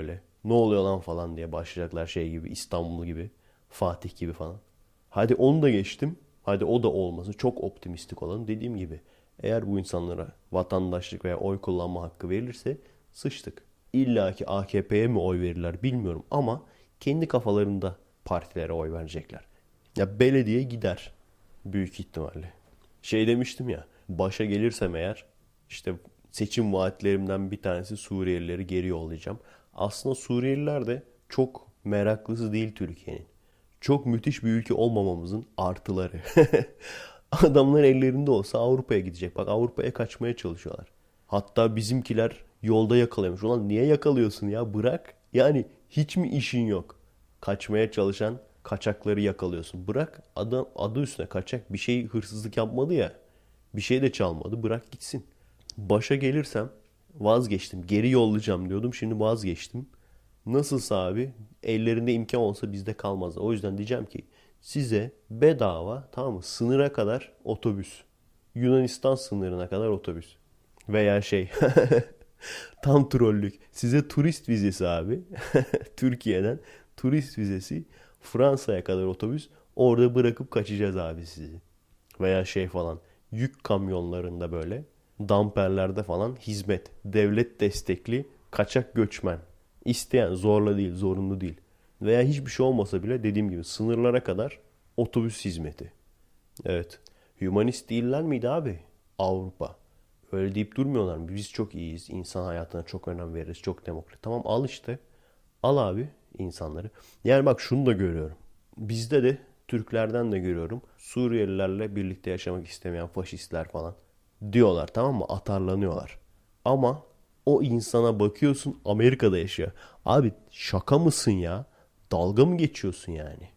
S2: Ne oluyor lan falan diye başlayacaklar şey gibi, İstanbul gibi, Fatih gibi falan. Hadi onu da geçtim. Hadi o da olmasın. Çok optimistik olalım. Dediğim gibi eğer bu insanlara vatandaşlık veya oy kullanma hakkı verilirse sıçtık. İlla ki AKP'ye mi oy verirler bilmiyorum ama kendi kafalarında partilere oy verecekler. Ya belediye gider büyük ihtimalle. Şey demiştim ya, başa gelirsem eğer işte seçim vaatlerimden bir tanesi Suriyelileri geri yollayacağım. Aslında Suriyeliler de çok meraklısı değil Türkiye'nin. Çok müthiş bir ülke olmamamızın artıları. Adamlar ellerinde olsa Avrupa'ya gidecek. Bak Avrupa'ya kaçmaya çalışıyorlar. Hatta bizimkiler yolda yakalamış. Ulan niye yakalıyorsun ya bırak. Yani hiç mi işin yok? Kaçmaya çalışan kaçakları yakalıyorsun. Bırak adam adı üstüne kaçak bir şey hırsızlık yapmadı ya. Bir şey de çalmadı. Bırak gitsin. Başa gelirsem vazgeçtim. Geri yollayacağım diyordum. Şimdi vazgeçtim. Nasılsa abi ellerinde imkan olsa bizde kalmaz. O yüzden diyeceğim ki size bedava tamam mı sınıra kadar otobüs. Yunanistan sınırına kadar otobüs. Veya şey tam trollük. Size turist vizesi abi. Türkiye'den turist vizesi Fransa'ya kadar otobüs. Orada bırakıp kaçacağız abi sizi. Veya şey falan yük kamyonlarında böyle damperlerde falan hizmet. Devlet destekli kaçak göçmen. İsteyen zorla değil zorunlu değil. Veya hiçbir şey olmasa bile dediğim gibi sınırlara kadar otobüs hizmeti. Evet. Hümanist değiller miydi abi? Avrupa. Öyle deyip durmuyorlar mı? Biz çok iyiyiz. İnsan hayatına çok önem veririz. Çok demokrat. Tamam al işte. Al abi insanları. Yani bak şunu da görüyorum. Bizde de Türklerden de görüyorum. Suriyelilerle birlikte yaşamak istemeyen faşistler falan diyorlar tamam mı? Atarlanıyorlar. Ama o insana bakıyorsun Amerika'da yaşıyor. Abi şaka mısın ya? Dalga mı geçiyorsun yani?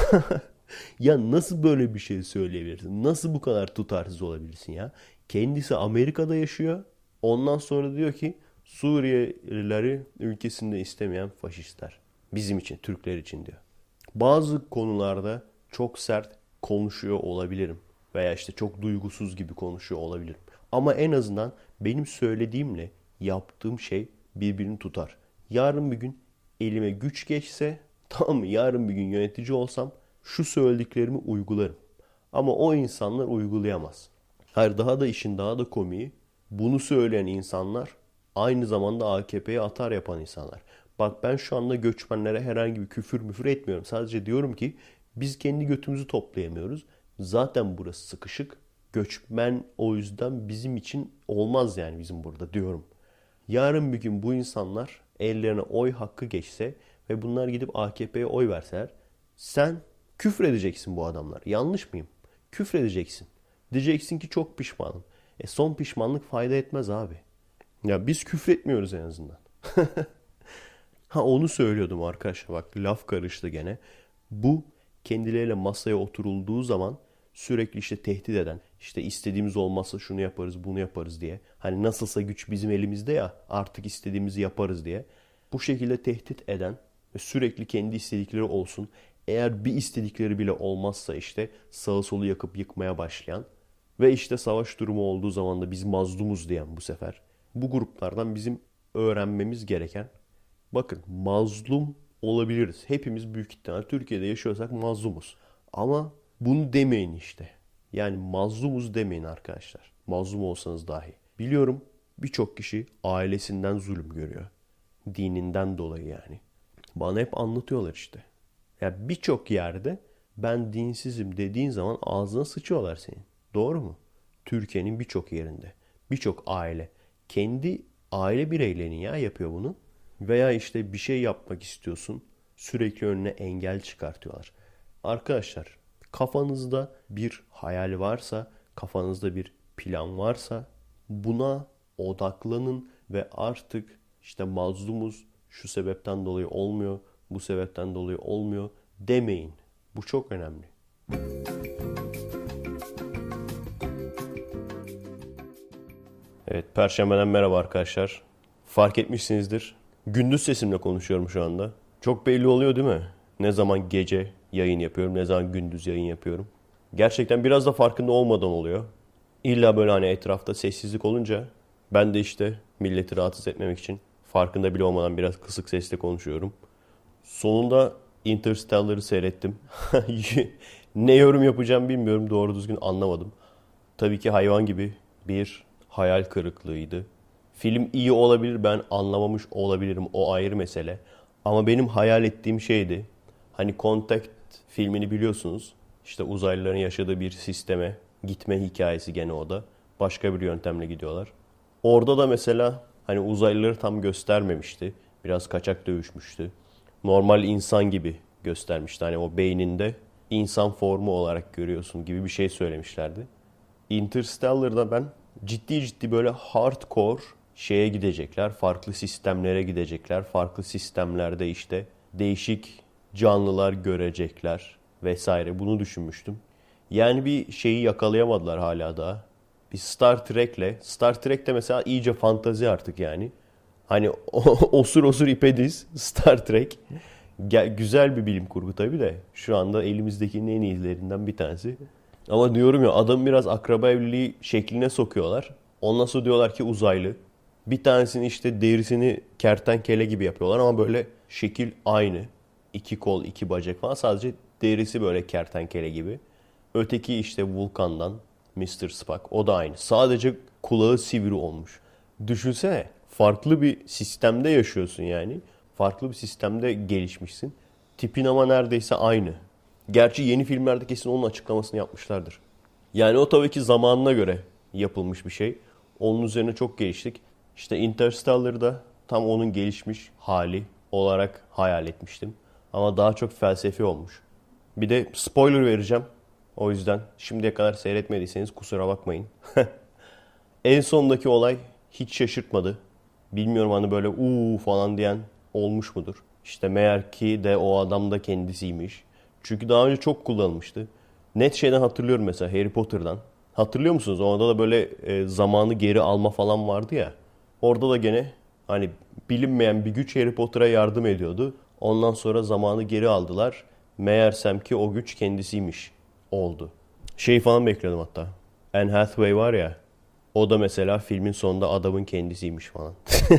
S2: Ya nasıl böyle bir şey söyleyebilirsin? Nasıl bu kadar tutarsız olabilirsin ya? Kendisi Amerika'da yaşıyor. Ondan sonra diyor ki Suriyelileri ülkesinde istemeyen faşistler. Bizim için, Türkler için diyor. Bazı konularda çok sert konuşuyor olabilirim. Veya işte çok duygusuz gibi konuşuyor olabilirim. Ama en azından benim söylediğimle yaptığım şey birbirini tutar. Yarın bir gün elime güç geçse, tamam mı? Yarın bir gün yönetici olsam şu söylediklerimi uygularım. Ama o insanlar uygulayamaz. Hayır daha da işin daha da komiği bunu söyleyen insanlar aynı zamanda AKP'ye atar yapan insanlar. Bak ben şu anda göçmenlere herhangi bir küfür müfür etmiyorum. Sadece diyorum ki biz kendi götümüzü toplayamıyoruz. Zaten burası sıkışık. Göçmen o yüzden bizim için olmaz yani bizim burada diyorum. Yarın bir gün bu insanlar ellerine oy hakkı geçse ve bunlar gidip AKP'ye oy verseler sen küfredeceksin bu adamlar. Yanlış mıyım? Küfredeceksin. Diyeceksin ki çok pişmanım. Son pişmanlık fayda etmez abi. Ya biz küfretmiyoruz en azından. Ha onu söylüyordum arkadaşlar bak laf karıştı gene. Bu kendileriyle masaya oturulduğu zaman sürekli işte tehdit eden işte istediğimiz olmazsa şunu yaparız bunu yaparız diye. Hani nasılsa güç bizim elimizde ya artık istediğimizi yaparız diye. Bu şekilde tehdit eden ve sürekli kendi istedikleri olsun. Eğer bir istedikleri bile olmazsa işte sağı solu yakıp yıkmaya başlayan ve işte savaş durumu olduğu zaman da biz mazlumuz diyen bu sefer. Bu gruplardan bizim öğrenmemiz gereken bakın mazlum olabiliriz. Hepimiz büyük ihtimal Türkiye'de yaşıyorsak mazlumuz. Ama bunu demeyin işte. Yani mazlumuz demeyin arkadaşlar. Mazlum olsanız dahi. Biliyorum birçok kişi ailesinden zulüm görüyor. Dininden dolayı yani. Bana hep anlatıyorlar işte. Ya birçok yerde ben dinsizim dediğin zaman ağzına sıçıyorlar senin. Doğru mu? Türkiye'nin birçok yerinde. Birçok aile. Kendi aile bireylerinin ya yapıyor bunu. Veya işte bir şey yapmak istiyorsun. Sürekli önüne engel çıkartıyorlar. Arkadaşlar kafanızda bir hayal varsa, kafanızda bir plan varsa buna odaklanın ve artık işte mazlumuz şu sebepten dolayı olmuyor, bu sebepten dolayı olmuyor demeyin. Bu çok önemli. Evet, Perşembeden merhaba arkadaşlar. Fark etmişsinizdir. Gündüz sesimle konuşuyorum şu anda. Çok belli oluyor değil mi? Ne zaman gece yayın yapıyorum, ne zaman gündüz yayın yapıyorum. Gerçekten biraz da farkında olmadan oluyor. İlla böyle hani etrafta sessizlik olunca ben de işte milleti rahatsız etmemek için Farkında bile olmadan biraz kısık sesle konuşuyorum. Sonunda Interstellar'ı seyrettim. Ne yorum yapacağım bilmiyorum. Doğru düzgün anlamadım. Tabii ki hayvan gibi bir hayal kırıklığıydı. Film iyi olabilir, ben anlamamış olabilirim. O ayrı mesele. Ama benim hayal ettiğim şeydi. Hani Contact filmini biliyorsunuz. İşte uzaylıların yaşadığı bir sisteme gitme hikayesi gene o da. Başka bir yöntemle gidiyorlar. Orada da mesela hani uzaylıları tam göstermemişti. Biraz kaçak dövüşmüştü. Normal insan gibi göstermişti. Hani o beyninde insan formu olarak görüyorsun gibi bir şey söylemişlerdi. Interstellar'da ben ciddi ciddi böyle hardcore şeye gidecekler. Farklı sistemlere gidecekler. Farklı sistemlerde işte değişik canlılar görecekler vesaire. Bunu düşünmüştüm. Yani bir şeyi yakalayamadılar hala daha. Bir Star Trek'te mesela iyice fantazi artık yani. Hani osur osur ipe diz Star Trek. Güzel bir bilim kurgu tabii de. Şu anda elimizdekinin en iyilerinden bir tanesi. Ama diyorum ya, adamı biraz akraba evliliği şekline sokuyorlar. Ondan sonra diyorlar ki uzaylı. Bir tanesini işte derisini kertenkele gibi yapıyorlar ama böyle şekil aynı. İki kol, iki bacak falan. Sadece derisi böyle kertenkele gibi. Öteki işte Vulkan'dan Mr. Spock. O da aynı. Sadece kulağı sivri olmuş. Düşünsene, farklı bir sistemde yaşıyorsun yani. Farklı bir sistemde gelişmişsin. Tipin ama neredeyse aynı. Gerçi yeni filmlerde kesin onun açıklamasını yapmışlardır. Yani o tabii ki zamanına göre yapılmış bir şey. Onun üzerine çok geliştik. İşte Interstellar'da tam onun gelişmiş hali olarak hayal etmiştim. Ama daha çok felsefi olmuş. Bir de spoiler vereceğim. O yüzden şimdiye kadar seyretmediyseniz kusura bakmayın. En sondaki olay hiç şaşırtmadı. Bilmiyorum, hani böyle uuu falan diyen olmuş mudur? İşte meğer ki de o adam da kendisiymiş. Çünkü daha önce çok kullanılmıştı. Net şeyden hatırlıyorum, mesela Harry Potter'dan. Hatırlıyor musunuz? Orada da böyle zamanı geri alma falan vardı ya. Orada da gene hani bilinmeyen bir güç Harry Potter'a yardım ediyordu. Ondan sonra zamanı geri aldılar. Meğersem ki o güç kendisiymiş oldu. Şey falan bekliyordum hatta. Anne Hathaway var ya. O da mesela filmin sonunda adamın kendisiymiş falan.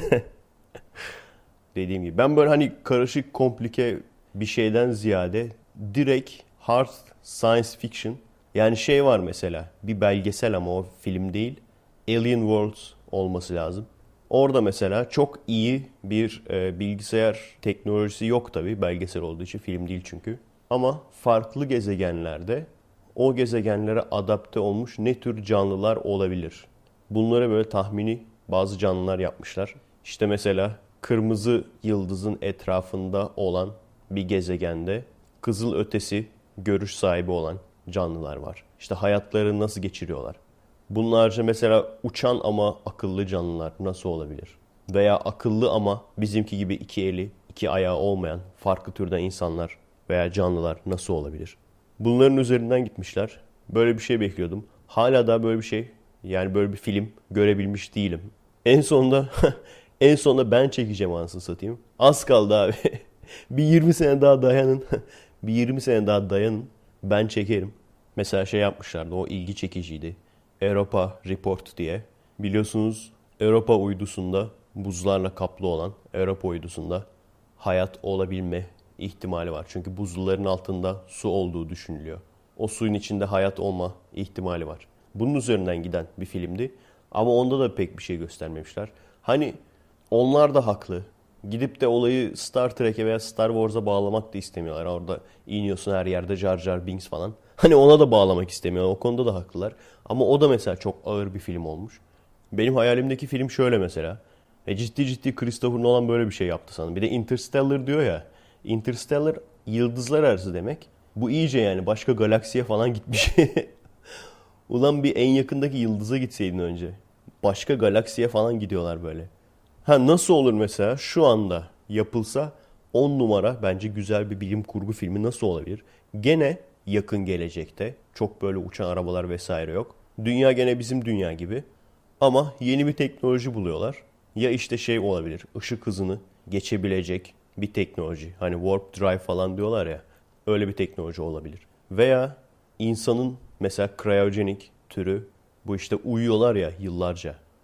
S2: Dediğim gibi ben böyle hani karışık, komplike bir şeyden ziyade direkt hard science fiction. Yani şey var mesela, bir belgesel ama o film değil. Alien Worlds olması lazım. Orada mesela çok iyi bir bilgisayar teknolojisi yok tabii, belgesel olduğu için, film değil çünkü. Ama farklı gezegenlerde o gezegenlere adapte olmuş ne tür canlılar olabilir? Bunlara böyle tahmini bazı canlılar yapmışlar. İşte mesela kırmızı yıldızın etrafında olan bir gezegende kızıl ötesi görüş sahibi olan canlılar var. İşte hayatlarını nasıl geçiriyorlar? Bunlarca mesela uçan ama akıllı canlılar nasıl olabilir? Veya akıllı ama bizimki gibi iki eli, iki ayağı olmayan farklı türden insanlar veya canlılar nasıl olabilir? Bunların üzerinden gitmişler. Böyle bir şey bekliyordum. Hala da böyle bir şey, yani böyle bir film görebilmiş değilim. En sonunda en sonunda ben çekeceğim, anasını satayım. Az kaldı abi. Bir 20 sene daha dayanın. Bir 20 sene daha dayanın. Ben çekerim. Mesela şey yapmışlardı. O ilgi çekiciydi. Europa Report diye. Biliyorsunuz Europa uydusunda, buzlarla kaplı olan Europa uydusunda hayat olabilme ihtimali var. Çünkü buzulların altında su olduğu düşünülüyor. O suyun içinde hayat olma ihtimali var. Bunun üzerinden giden bir filmdi. Ama onda da pek bir şey göstermemişler. Hani onlar da haklı. Gidip de olayı Star Trek'e veya Star Wars'a bağlamak da istemiyorlar. Orada iniyorsun, her yerde Jar Jar Binks falan. Hani ona da bağlamak istemiyorlar. O konuda da haklılar. Ama o da mesela çok ağır bir film olmuş. Benim hayalimdeki film şöyle mesela. Ciddi ciddi Christopher Nolan böyle bir şey yaptı sanırım. Bir de Interstellar diyor ya. Interstellar yıldızlar arası demek. Bu iyice yani başka galaksiye falan gitmiş. Ulan bir en yakındaki yıldıza gitseydin önce. Başka galaksiye falan gidiyorlar böyle. Ha, nasıl olur mesela şu anda yapılsa 10 numara bence güzel bir bilim kurgu filmi nasıl olabilir? Gene yakın gelecekte. Çok böyle uçan arabalar vesaire yok. Dünya gene bizim dünya gibi. Ama yeni bir teknoloji buluyorlar. Ya işte şey olabilir. Işık hızını geçebilecek bir teknoloji. Hani warp drive falan diyorlar ya. Öyle bir teknoloji olabilir. Veya insanın mesela cryogenic türü, bu işte uyuyorlar ya yıllarca.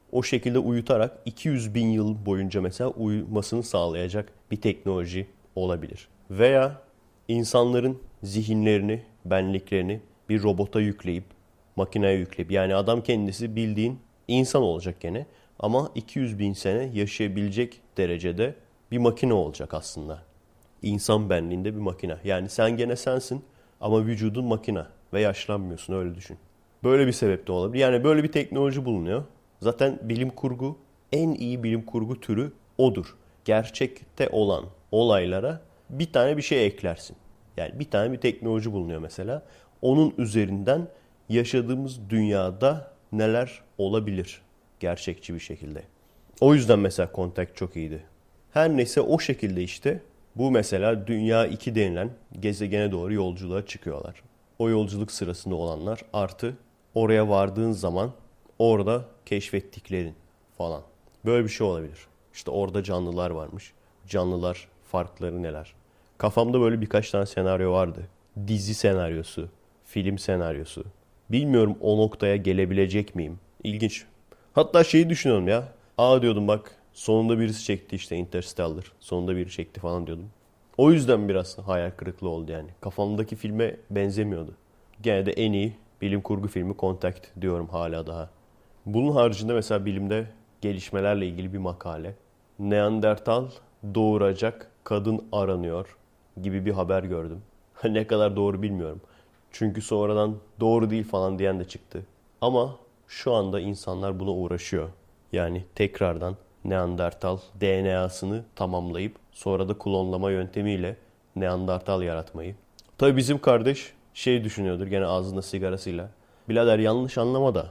S2: o şekilde uyutarak 200 bin yıl boyunca mesela uyumasını sağlayacak bir teknoloji olabilir. Veya insanların zihinlerini, benliklerini bir robota yükleyip, makineye yükleyip, yani adam kendisi bildiğin insan olacak gene ama 200 bin sene yaşayabilecek derecede bir makine olacak aslında. İnsan benliğinde bir makine. Yani sen gene sensin ama vücudun makine ve yaşlanmıyorsun, öyle düşün. Böyle bir sebep de olabilir. Yani böyle bir teknoloji bulunuyor. Zaten bilim kurgu, en iyi bilim kurgu türü odur. Gerçekte olan olaylara bir tane bir şey eklersin. Yani bir tane bir teknoloji bulunuyor mesela. Onun üzerinden yaşadığımız dünyada neler olabilir gerçekçi bir şekilde. O yüzden mesela Contact çok iyiydi. Her neyse, o şekilde işte bu mesela Dünya 2 denilen gezegene doğru yolculuğa çıkıyorlar. O yolculuk sırasında olanlar artı oraya vardığın zaman orada keşfettiklerin falan. Böyle bir şey olabilir. İşte orada canlılar varmış. Canlılar farkları neler? Kafamda böyle birkaç tane senaryo vardı. Dizi senaryosu, film senaryosu. Bilmiyorum o noktaya gelebilecek miyim? İlginç. Hatta şeyi düşünüyorum ya. Aa diyordum, bak sonunda birisi çekti işte Interstellar. Sonunda biri çekti falan diyordum. O yüzden biraz hayal kırıklığı oldu yani. Kafamdaki filme benzemiyordu. Gene de en iyi bilim kurgu filmi Contact diyorum hala daha. Bunun haricinde mesela bilimde gelişmelerle ilgili bir makale. Neandertal doğuracak kadın aranıyor gibi bir haber gördüm. Ne kadar doğru bilmiyorum. Çünkü sonradan doğru değil falan diyen de çıktı. Ama şu anda insanlar buna uğraşıyor. Yani tekrardan Neandertal DNA'sını tamamlayıp sonra da klonlama yöntemiyle Neandertal yaratmayı. Tabii bizim kardeş şey düşünüyordur gene ağzında sigarasıyla. Birader yanlış anlama da.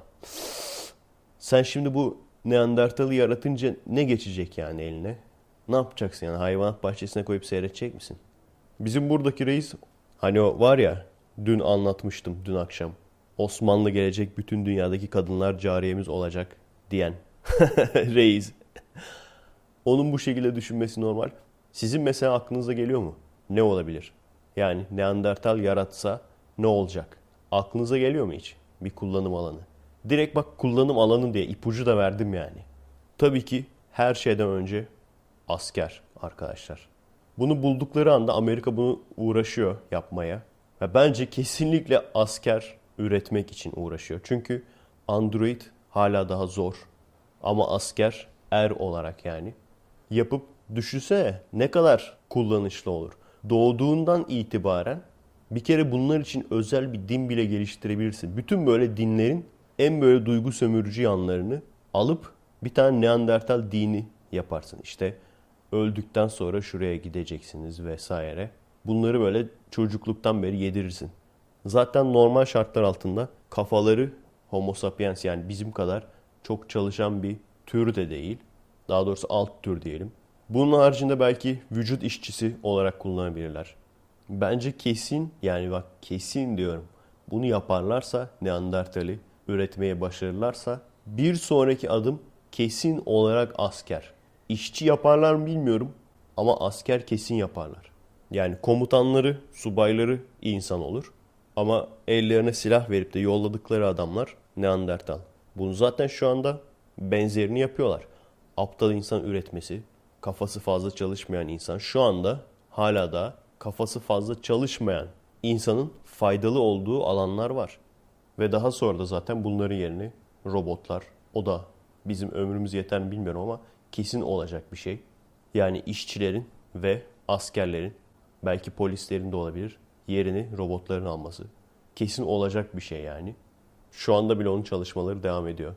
S2: Sen şimdi bu Neandertal'ı yaratınca ne geçecek yani eline? Ne yapacaksın yani, hayvanat bahçesine koyup seyredecek misin? Bizim buradaki reis, hani o var ya, dün anlatmıştım dün akşam. Osmanlı gelecek, bütün dünyadaki kadınlar cariyemiz olacak diyen reis. Onun bu şekilde düşünmesi normal. Sizin mesela aklınıza geliyor mu? Ne olabilir? Yani Neandertal yaratsa ne olacak? Aklınıza geliyor mu hiç? Bir kullanım alanı. Direkt bak, kullanım alanı diye ipucu da verdim yani. Tabii ki her şeyden önce asker arkadaşlar. Bunu buldukları anda Amerika bunu uğraşıyor yapmaya. Ve bence kesinlikle asker üretmek için uğraşıyor. Çünkü android hala daha zor. Ama asker er olarak yani yapıp düşünsene ne kadar kullanışlı olur. Doğduğundan itibaren bir kere bunlar için özel bir din bile geliştirebilirsin. Bütün böyle dinlerin en böyle duygu sömürücü yanlarını alıp bir tane Neandertal dini yaparsın. İşte öldükten sonra şuraya gideceksiniz vesaire. Bunları böyle çocukluktan beri yedirirsin. Zaten normal şartlar altında kafaları Homo sapiens, yani bizim kadar çok çalışan bir tür de değil. Daha doğrusu alt tür diyelim. Bunun haricinde belki vücut işçisi olarak kullanabilirler. Bence kesin, yani bak kesin diyorum. Bunu yaparlarsa, Neandertal'i üretmeye başarırlarsa bir sonraki adım kesin olarak asker. İşçi yaparlar mı bilmiyorum ama asker kesin yaparlar. Yani komutanları, subayları insan olur. Ama ellerine silah verip de yolladıkları adamlar Neandertal. Bunu zaten şu anda benzerini yapıyorlar. Aptal insan üretmesi, kafası fazla çalışmayan insan. Şu anda hala da kafası fazla çalışmayan insanın faydalı olduğu alanlar var. Ve daha sonra da zaten bunların yerini robotlar, o da bizim ömrümüz yeter mi bilmiyorum ama kesin olacak bir şey. Yani işçilerin ve askerlerin, belki polislerin de olabilir, yerini robotların alması. Kesin olacak bir şey yani. Şu anda bile onun çalışmaları devam ediyor.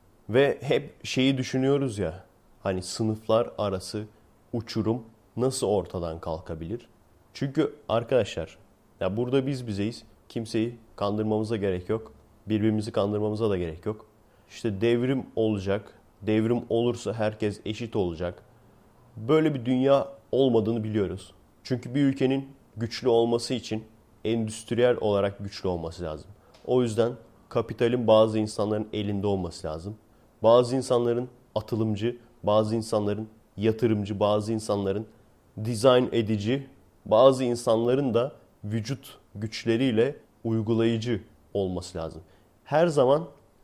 S2: Ve hep şeyi düşünüyoruz ya, hani sınıflar arası uçurum nasıl ortadan kalkabilir? Çünkü arkadaşlar, ya burada biz bizeyiz. Kimseyi kandırmamıza gerek yok. Birbirimizi kandırmamıza da gerek yok. İşte devrim olacak. Devrim olursa herkes eşit olacak. Böyle bir dünya olmadığını biliyoruz. Çünkü bir ülkenin güçlü olması için endüstriyel olarak güçlü olması lazım. O yüzden kapitalin bazı insanların elinde olması lazım. Bazı insanların atılımcı, bazı insanların yatırımcı, bazı insanların dizayn edici, bazı insanların da vücut güçleriyle uygulayıcı olması lazım. Her zaman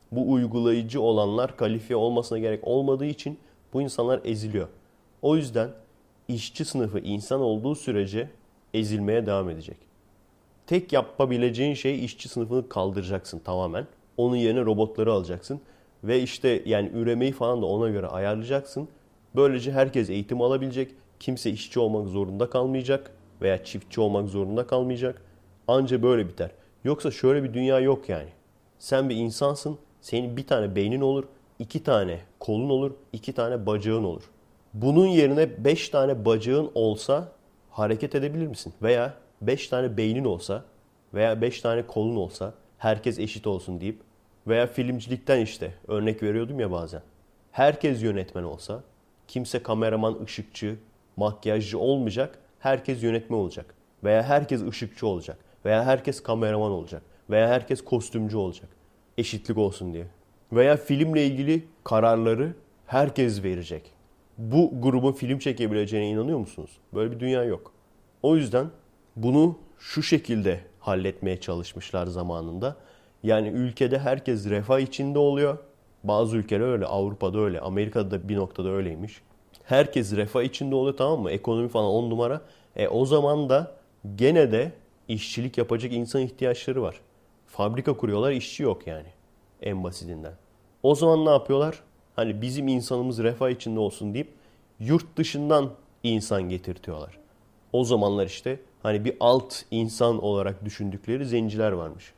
S2: Bu uygulayıcı olanlar kalifiye olmasına gerek olmadığı için bu insanlar eziliyor. O yüzden işçi sınıfı insan olduğu sürece ezilmeye devam edecek. Tek yapabileceğin şey işçi sınıfını kaldıracaksın tamamen. Onun yerine robotları alacaksın. Ve işte yani üremeyi falan da ona göre ayarlayacaksın. Böylece herkes eğitim alabilecek. Kimse işçi olmak zorunda kalmayacak. Veya çiftçi olmak zorunda kalmayacak. Anca böyle biter. Yoksa şöyle bir dünya yok yani. Sen bir insansın. Senin bir tane beynin olur. 2 tane kolun olur. 2 tane bacağın olur. Bunun yerine 5 tane bacağın olsa hareket edebilir misin? Veya 5 tane beynin olsa veya 5 tane kolun olsa herkes eşit olsun deyip veya filmcilikten işte örnek veriyordum ya bazen. Herkes yönetmen olsa kimse kameraman, ışıkçı, makyajcı olmayacak. Herkes yönetmen olacak. Veya herkes ışıkçı olacak. Veya herkes kameraman olacak. Veya herkes kostümcü olacak. Eşitlik olsun diye. Veya filmle ilgili kararları herkes verecek. Bu grubun film çekebileceğine inanıyor musunuz? Böyle bir dünya yok. O yüzden bunu şu şekilde halletmeye çalışmışlar zamanında. Yani ülkede herkes refah içinde oluyor. Bazı ülkeler öyle, Avrupa'da öyle, Amerika'da da bir noktada öyleymiş. Herkes refah içinde oluyor, tamam mı? Ekonomi falan 10 numara. O zaman da gene de işçilik yapacak insan ihtiyaçları var. Fabrika kuruyorlar, işçi yok yani. En basitinden. O zaman ne yapıyorlar? Hani bizim insanımız refah içinde olsun deyip yurt dışından insan getirtiyorlar. O zamanlar işte hani bir alt insan olarak düşündükleri zenciler varmış.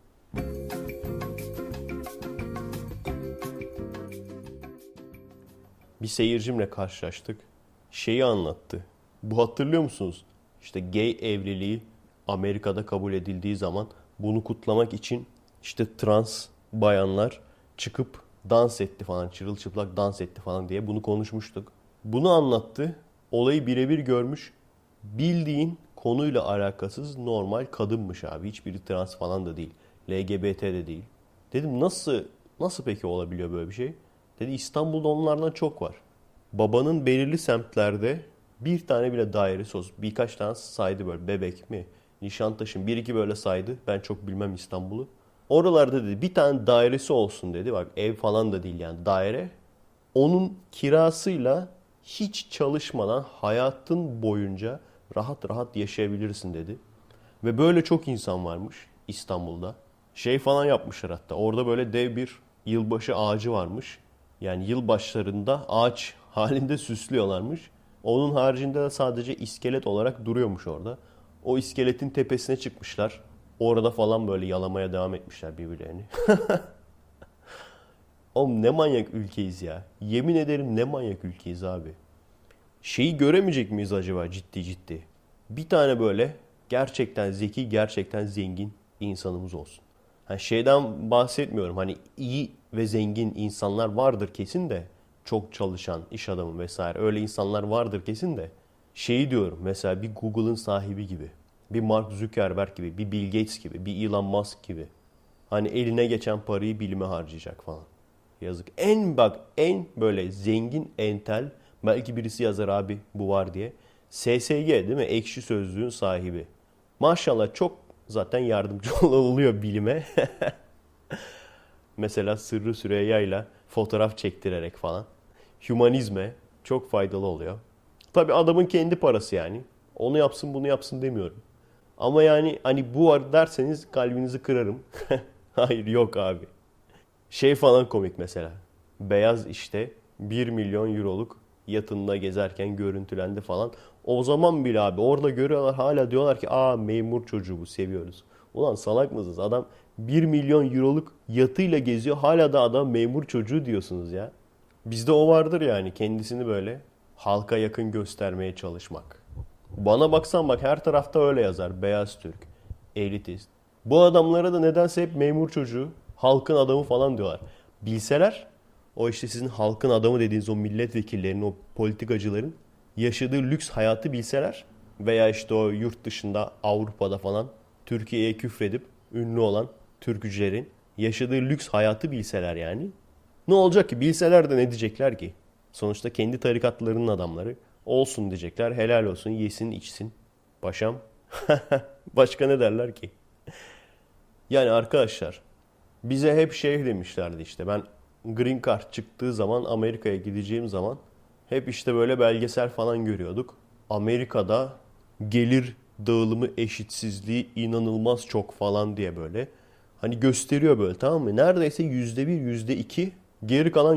S2: Bir seyircimle karşılaştık. Şeyi anlattı. Bu, hatırlıyor musunuz? İşte gay evliliği Amerika'da kabul edildiği zaman bunu kutlamak için işte trans bayanlar çıkıp dans etti falan, çırılçıplak dans etti falan diye bunu konuşmuştuk. Bunu anlattı. Olayı birebir görmüş. Bildiğin konuyla alakasız normal kadınmış abi. Hiçbiri trans falan da değil. LGBT de değil. Dedim nasıl peki olabiliyor böyle bir şey? Dedi İstanbul'da onlardan çok var. Babanın belirli semtlerde bir tane bile dairesi olsun. Birkaç tane saydı böyle, Bebek mi, Nişantaşı'nın bir iki böyle saydı. Ben çok bilmem İstanbul'u. Oralarda dedi bir tane dairesi olsun dedi. Bak ev falan da değil yani, daire. Onun kirasıyla hiç çalışmadan hayatın boyunca rahat rahat yaşayabilirsin dedi. Ve böyle çok insan varmış İstanbul'da. Şey falan yapmışlar hatta. Orada böyle dev bir yılbaşı ağacı varmış. Yani yılbaşlarında ağaç halinde süslüyorlarmış. Onun haricinde de sadece iskelet olarak duruyormuş orada. O iskeletin tepesine çıkmışlar. Orada falan böyle yalamaya devam etmişler birbirlerini. Oğlum ne manyak ülkeyiz ya. Yemin ederim ne manyak ülkeyiz abi. Şeyi göremeyecek miyiz acaba ciddi ciddi? Bir tane böyle gerçekten zeki, gerçekten zengin insanımız olsun. Hani şeyden bahsetmiyorum. Hani iyi ve zengin insanlar vardır kesin de. Çok çalışan, iş adamı vesaire. Öyle insanlar vardır kesin de. Şeyi diyorum mesela, bir Google'ın sahibi gibi. Bir Mark Zuckerberg gibi. Bir Bill Gates gibi. Bir Elon Musk gibi. Hani eline geçen parayı bilime harcayacak falan. Yazık. En böyle zengin entel, belki birisi yazar abi bu var diye. SSG değil mi? Ekşi Sözlüğün sahibi. Maşallah çok zaten yardımcı oluyor bilime. Mesela Sırrı Süreyya'yla fotoğraf çektirerek falan. Hümanizme çok faydalı oluyor. Tabii adamın kendi parası yani. Onu yapsın bunu yapsın demiyorum. Ama yani hani bu var derseniz kalbinizi kırarım. Hayır yok abi. Şey falan komik mesela. Beyaz işte 1 milyon euroluk yatında gezerken görüntülendi falan. O zaman bile abi orada görüyorlar, hala diyorlar ki aa memur çocuğu bu, seviyoruz. Ulan salak mısınız? Adam 1 milyon euroluk yatıyla geziyor, hala da adam memur çocuğu diyorsunuz ya. Bizde o vardır yani, kendisini böyle halka yakın göstermeye çalışmak. Bana baksan bak her tarafta öyle yazar. Beyaz Türk, elitist. Bu adamlara da nedense hep memur çocuğu, halkın adamı falan diyorlar. Bilseler o işte sizin halkın adamı dediğiniz o milletvekillerinin, o politikacıların yaşadığı lüks hayatı bilseler veya işte o yurt dışında Avrupa'da falan Türkiye'ye küfredip ünlü olan türkücülerin yaşadığı lüks hayatı bilseler yani. Ne olacak ki? Bilseler de ne diyecekler ki? Sonuçta kendi tarikatlarının adamları. Olsun diyecekler. Helal olsun. Yesin içsin. Paşam. Başka ne derler ki? Yani arkadaşlar, Bize hep şey demişlerdi işte. Ben Green Card çıktığı zaman Amerika'ya gideceğim zaman hep işte böyle belgesel falan görüyorduk. Amerika'da gelir dağılımı eşitsizliği inanılmaz çok falan diye böyle. Hani gösteriyor böyle, tamam mı? Neredeyse %1, %2, geri kalan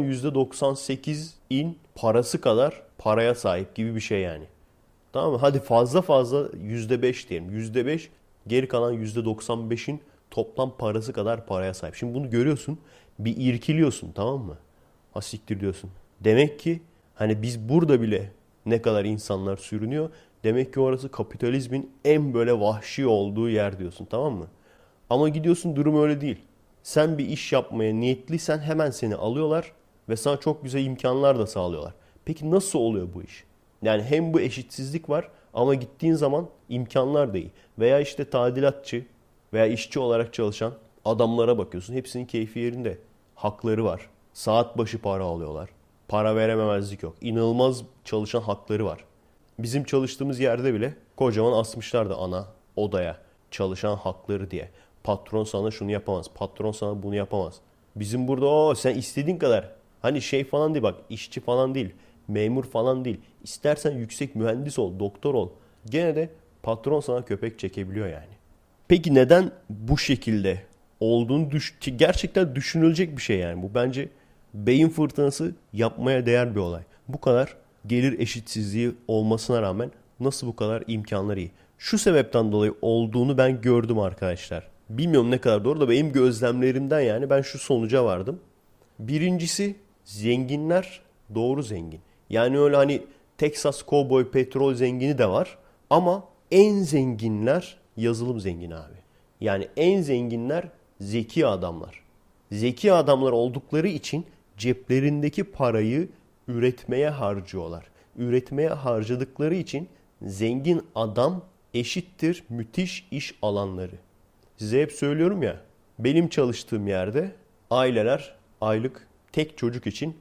S2: %98'in parası kadar paraya sahip gibi bir şey yani. Tamam mı? Hadi fazla fazla %5 diyelim. %5, geri kalan %95'in toplam parası kadar paraya sahip. Şimdi bunu görüyorsun. Bir irkiliyorsun, tamam mı? Ha siktir diyorsun. Demek ki hani biz burada bile ne kadar insanlar sürünüyor. Demek ki orası kapitalizmin en böyle vahşi olduğu yer diyorsun, tamam mı? Ama gidiyorsun, durum öyle değil. Sen bir iş yapmaya niyetliysen hemen seni alıyorlar ve sana çok güzel imkanlar da sağlıyorlar. Peki nasıl oluyor bu iş? Yani hem bu eşitsizlik var ama gittiğin zaman imkanlar da iyi. Veya işte tadilatçı veya işçi olarak çalışan adamlara bakıyorsun. Hepsinin keyfi yerinde. Hakları var. Saat başı para alıyorlar. Para verememezlik yok. İnanılmaz çalışan hakları var. Bizim çalıştığımız yerde bile kocaman asmışlardı ana odaya çalışan hakları diye. Patron sana şunu yapamaz. Patron sana bunu yapamaz. Bizim burada o sen istediğin kadar. Hani şey falan değil bak, işçi falan değil. Memur falan değil. İstersen yüksek mühendis ol, doktor ol. Gene de patron sana köpek çekebiliyor yani. Peki neden bu şekilde olduğunu gerçekten düşünülecek bir şey yani. Bu bence beyin fırtınası yapmaya değer bir olay. Bu kadar gelir eşitsizliği olmasına rağmen nasıl bu kadar imkanları iyi? Şu sebepten dolayı olduğunu ben gördüm arkadaşlar. Bilmiyorum ne kadar doğru da benim gözlemlerimden yani ben şu sonuca vardım. Birincisi, zenginler doğru zengin. Yani öyle hani Texas Cowboy petrol zengini de var. Ama en zenginler yazılım zengini abi. Yani en zenginler zeki adamlar. Zeki adamlar oldukları için ceplerindeki parayı üretmeye harcıyorlar. Üretmeye harcadıkları için zengin adam eşittir müthiş iş alanları. Size hep söylüyorum ya, benim çalıştığım yerde aileler aylık tek çocuk için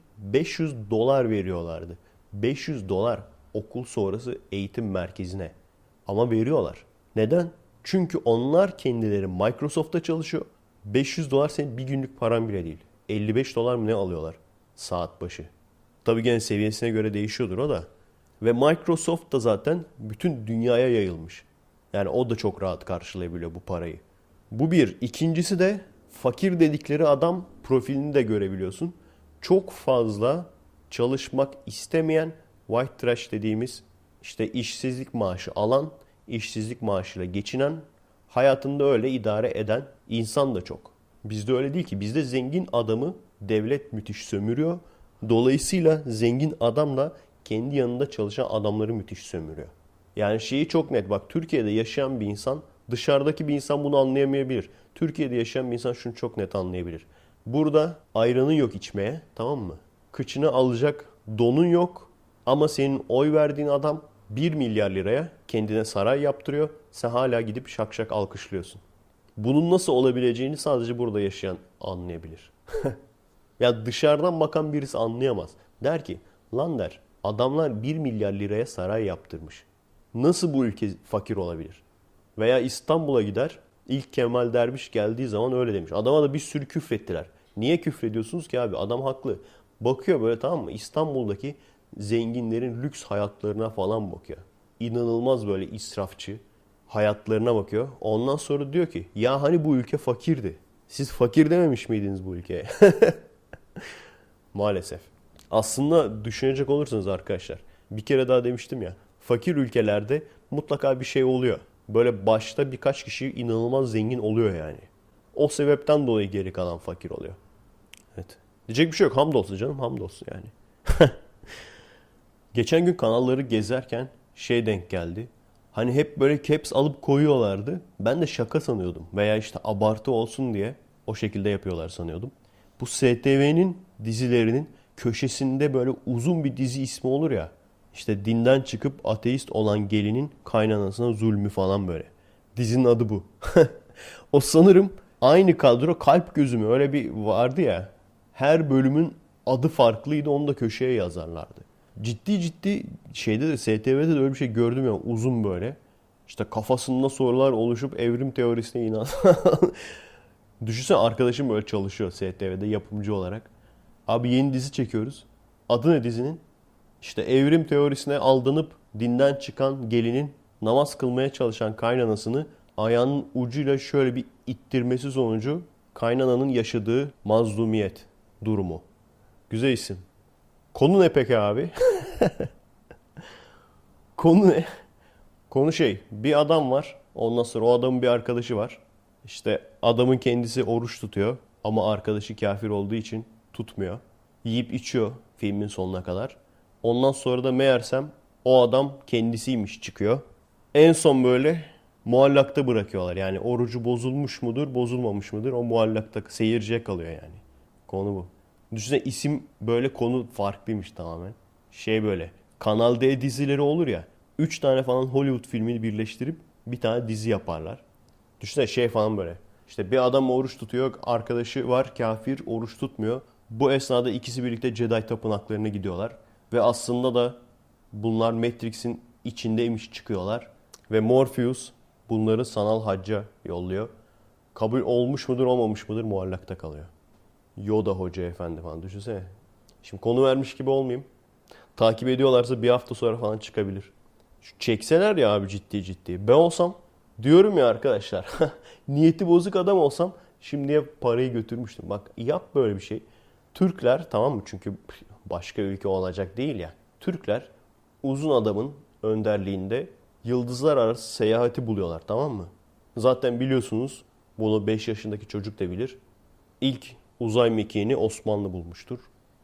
S2: $500 veriyorlardı. $500 okul sonrası eğitim merkezine. Ama veriyorlar. Neden? Çünkü onlar kendileri Microsoft'ta çalışıyor. $500 senin bir günlük paran bile değil. $55 mı ne alıyorlar saat başı. Tabii gene seviyesine göre değişiyordur o da. Ve Microsoft da zaten bütün dünyaya yayılmış. Yani o da çok rahat karşılayabiliyor bu parayı. Bu bir. İkincisi de fakir dedikleri adam profilini de görebiliyorsun. Çok fazla çalışmak istemeyen white trash dediğimiz işte işsizlik maaşı alan, işsizlik maaşıyla geçinen, hayatında öyle idare eden insan da çok. Bizde öyle değil ki. Bizde zengin adamı devlet müthiş sömürüyor. Dolayısıyla zengin adam da kendi yanında çalışan adamları müthiş sömürüyor. Yani şeyi çok net bak, Türkiye'de yaşayan bir insan, dışarıdaki bir insan bunu anlayamayabilir. Türkiye'de yaşayan bir insan şunu çok net anlayabilir. Burada ayranın yok içmeye, tamam mı? Kıçını alacak donun yok ama senin oy verdiğin adam 1 milyar liraya kendine saray yaptırıyor. Sen hala gidip şak şak alkışlıyorsun. Bunun nasıl olabileceğini sadece burada yaşayan anlayabilir. Ya dışarıdan bakan birisi anlayamaz. Der ki lan der, adamlar 1 milyar liraya saray yaptırmış. Nasıl bu ülke fakir olabilir? Veya İstanbul'a gider. İlk Kemal Derviş geldiği zaman öyle demiş. Adama da bir sürü küfrettiler. Niye küfrediyorsunuz ki abi? Adam haklı. Bakıyor böyle, tamam mı? İstanbul'daki zenginlerin lüks hayatlarına falan bakıyor. İnanılmaz böyle israfçı hayatlarına bakıyor. Ondan sonra diyor ki ya hani bu ülke fakirdi. Siz fakir dememiş miydiniz bu ülkeye? Maalesef. Aslında düşünecek olursanız arkadaşlar, bir kere daha demiştim ya, fakir ülkelerde mutlaka bir şey oluyor. Böyle başta birkaç kişi inanılmaz zengin oluyor yani. O sebepten dolayı geri kalan fakir oluyor. Evet. Diyecek bir şey yok. Hamdolsun canım, hamdolsun yani. Geçen gün kanalları gezerken şey denk geldi. Hani hep böyle caps alıp koyuyorlardı. Ben de şaka sanıyordum. Veya işte abartı olsun diye o şekilde yapıyorlar sanıyordum. Bu STV'nin dizilerinin köşesinde böyle uzun bir dizi ismi olur ya. İşte dinden çıkıp ateist olan gelinin kaynanasına zulmü falan böyle. Dizinin adı bu. O sanırım aynı kadro, Kalp Gözümü öyle bir vardı ya. Her bölümün adı farklıydı, onu da köşeye yazarlardı. Ciddi ciddi şeyde de, STV'de de öyle bir şey gördüm ya, uzun böyle. İşte kafasında sorular oluşup evrim teorisine inan. Düşünsene arkadaşım böyle çalışıyor STV'de yapımcı olarak. Abi yeni dizi çekiyoruz. Adı ne dizinin? İşte evrim teorisine aldanıp dinden çıkan gelinin namaz kılmaya çalışan kaynanasını ayağının ucuyla şöyle bir ittirmesi sonucu kaynananın yaşadığı mazlumiyet durumu. Güzel isim. Konu ne peki abi? Konu ne? Konu bir adam var. Ondan sonra o adamın bir arkadaşı var. İşte adamın kendisi oruç tutuyor ama arkadaşı kafir olduğu için tutmuyor. Yiyip içiyor filmin sonuna kadar. Ondan sonra da meğersem o adam kendisiymiş çıkıyor. En son böyle muallakta bırakıyorlar. Yani orucu bozulmuş mudur, bozulmamış mıdır o muallakta seyirciye kalıyor yani. Konu bu. Düşünsene isim böyle konu farklıymış tamamen. Böyle Kanal D dizileri olur ya. 3 tane falan Hollywood filmini birleştirip bir tane dizi yaparlar. Düşünsene falan böyle. İşte bir adam oruç tutuyor, arkadaşı var kafir, oruç tutmuyor. Bu esnada ikisi birlikte Jedi tapınaklarına gidiyorlar. Ve aslında da bunlar Matrix'in içindeymiş çıkıyorlar. Ve Morpheus bunları sanal hacca yolluyor. Kabul olmuş mudur olmamış mıdır muallakta kalıyor. Yoda Hoca Efendi falan düşünsene. Şimdi konu vermiş gibi olmayayım. Takip ediyorlarsa bir hafta sonra falan çıkabilir. Çekseler ya abi ciddi ciddi. Ben olsam diyorum ya arkadaşlar. Niyeti bozuk adam olsam şimdiye parayı götürmüştüm. Bak yap böyle bir şey. Türkler tamam mı? Çünkü başka ülke olacak değil ya. Türkler uzun adamın önderliğinde yıldızlar arası seyahati buluyorlar tamam mı? Zaten biliyorsunuz bunu 5 yaşındaki çocuk da bilir. İlk uzay mekiğini Osmanlı bulmuştur.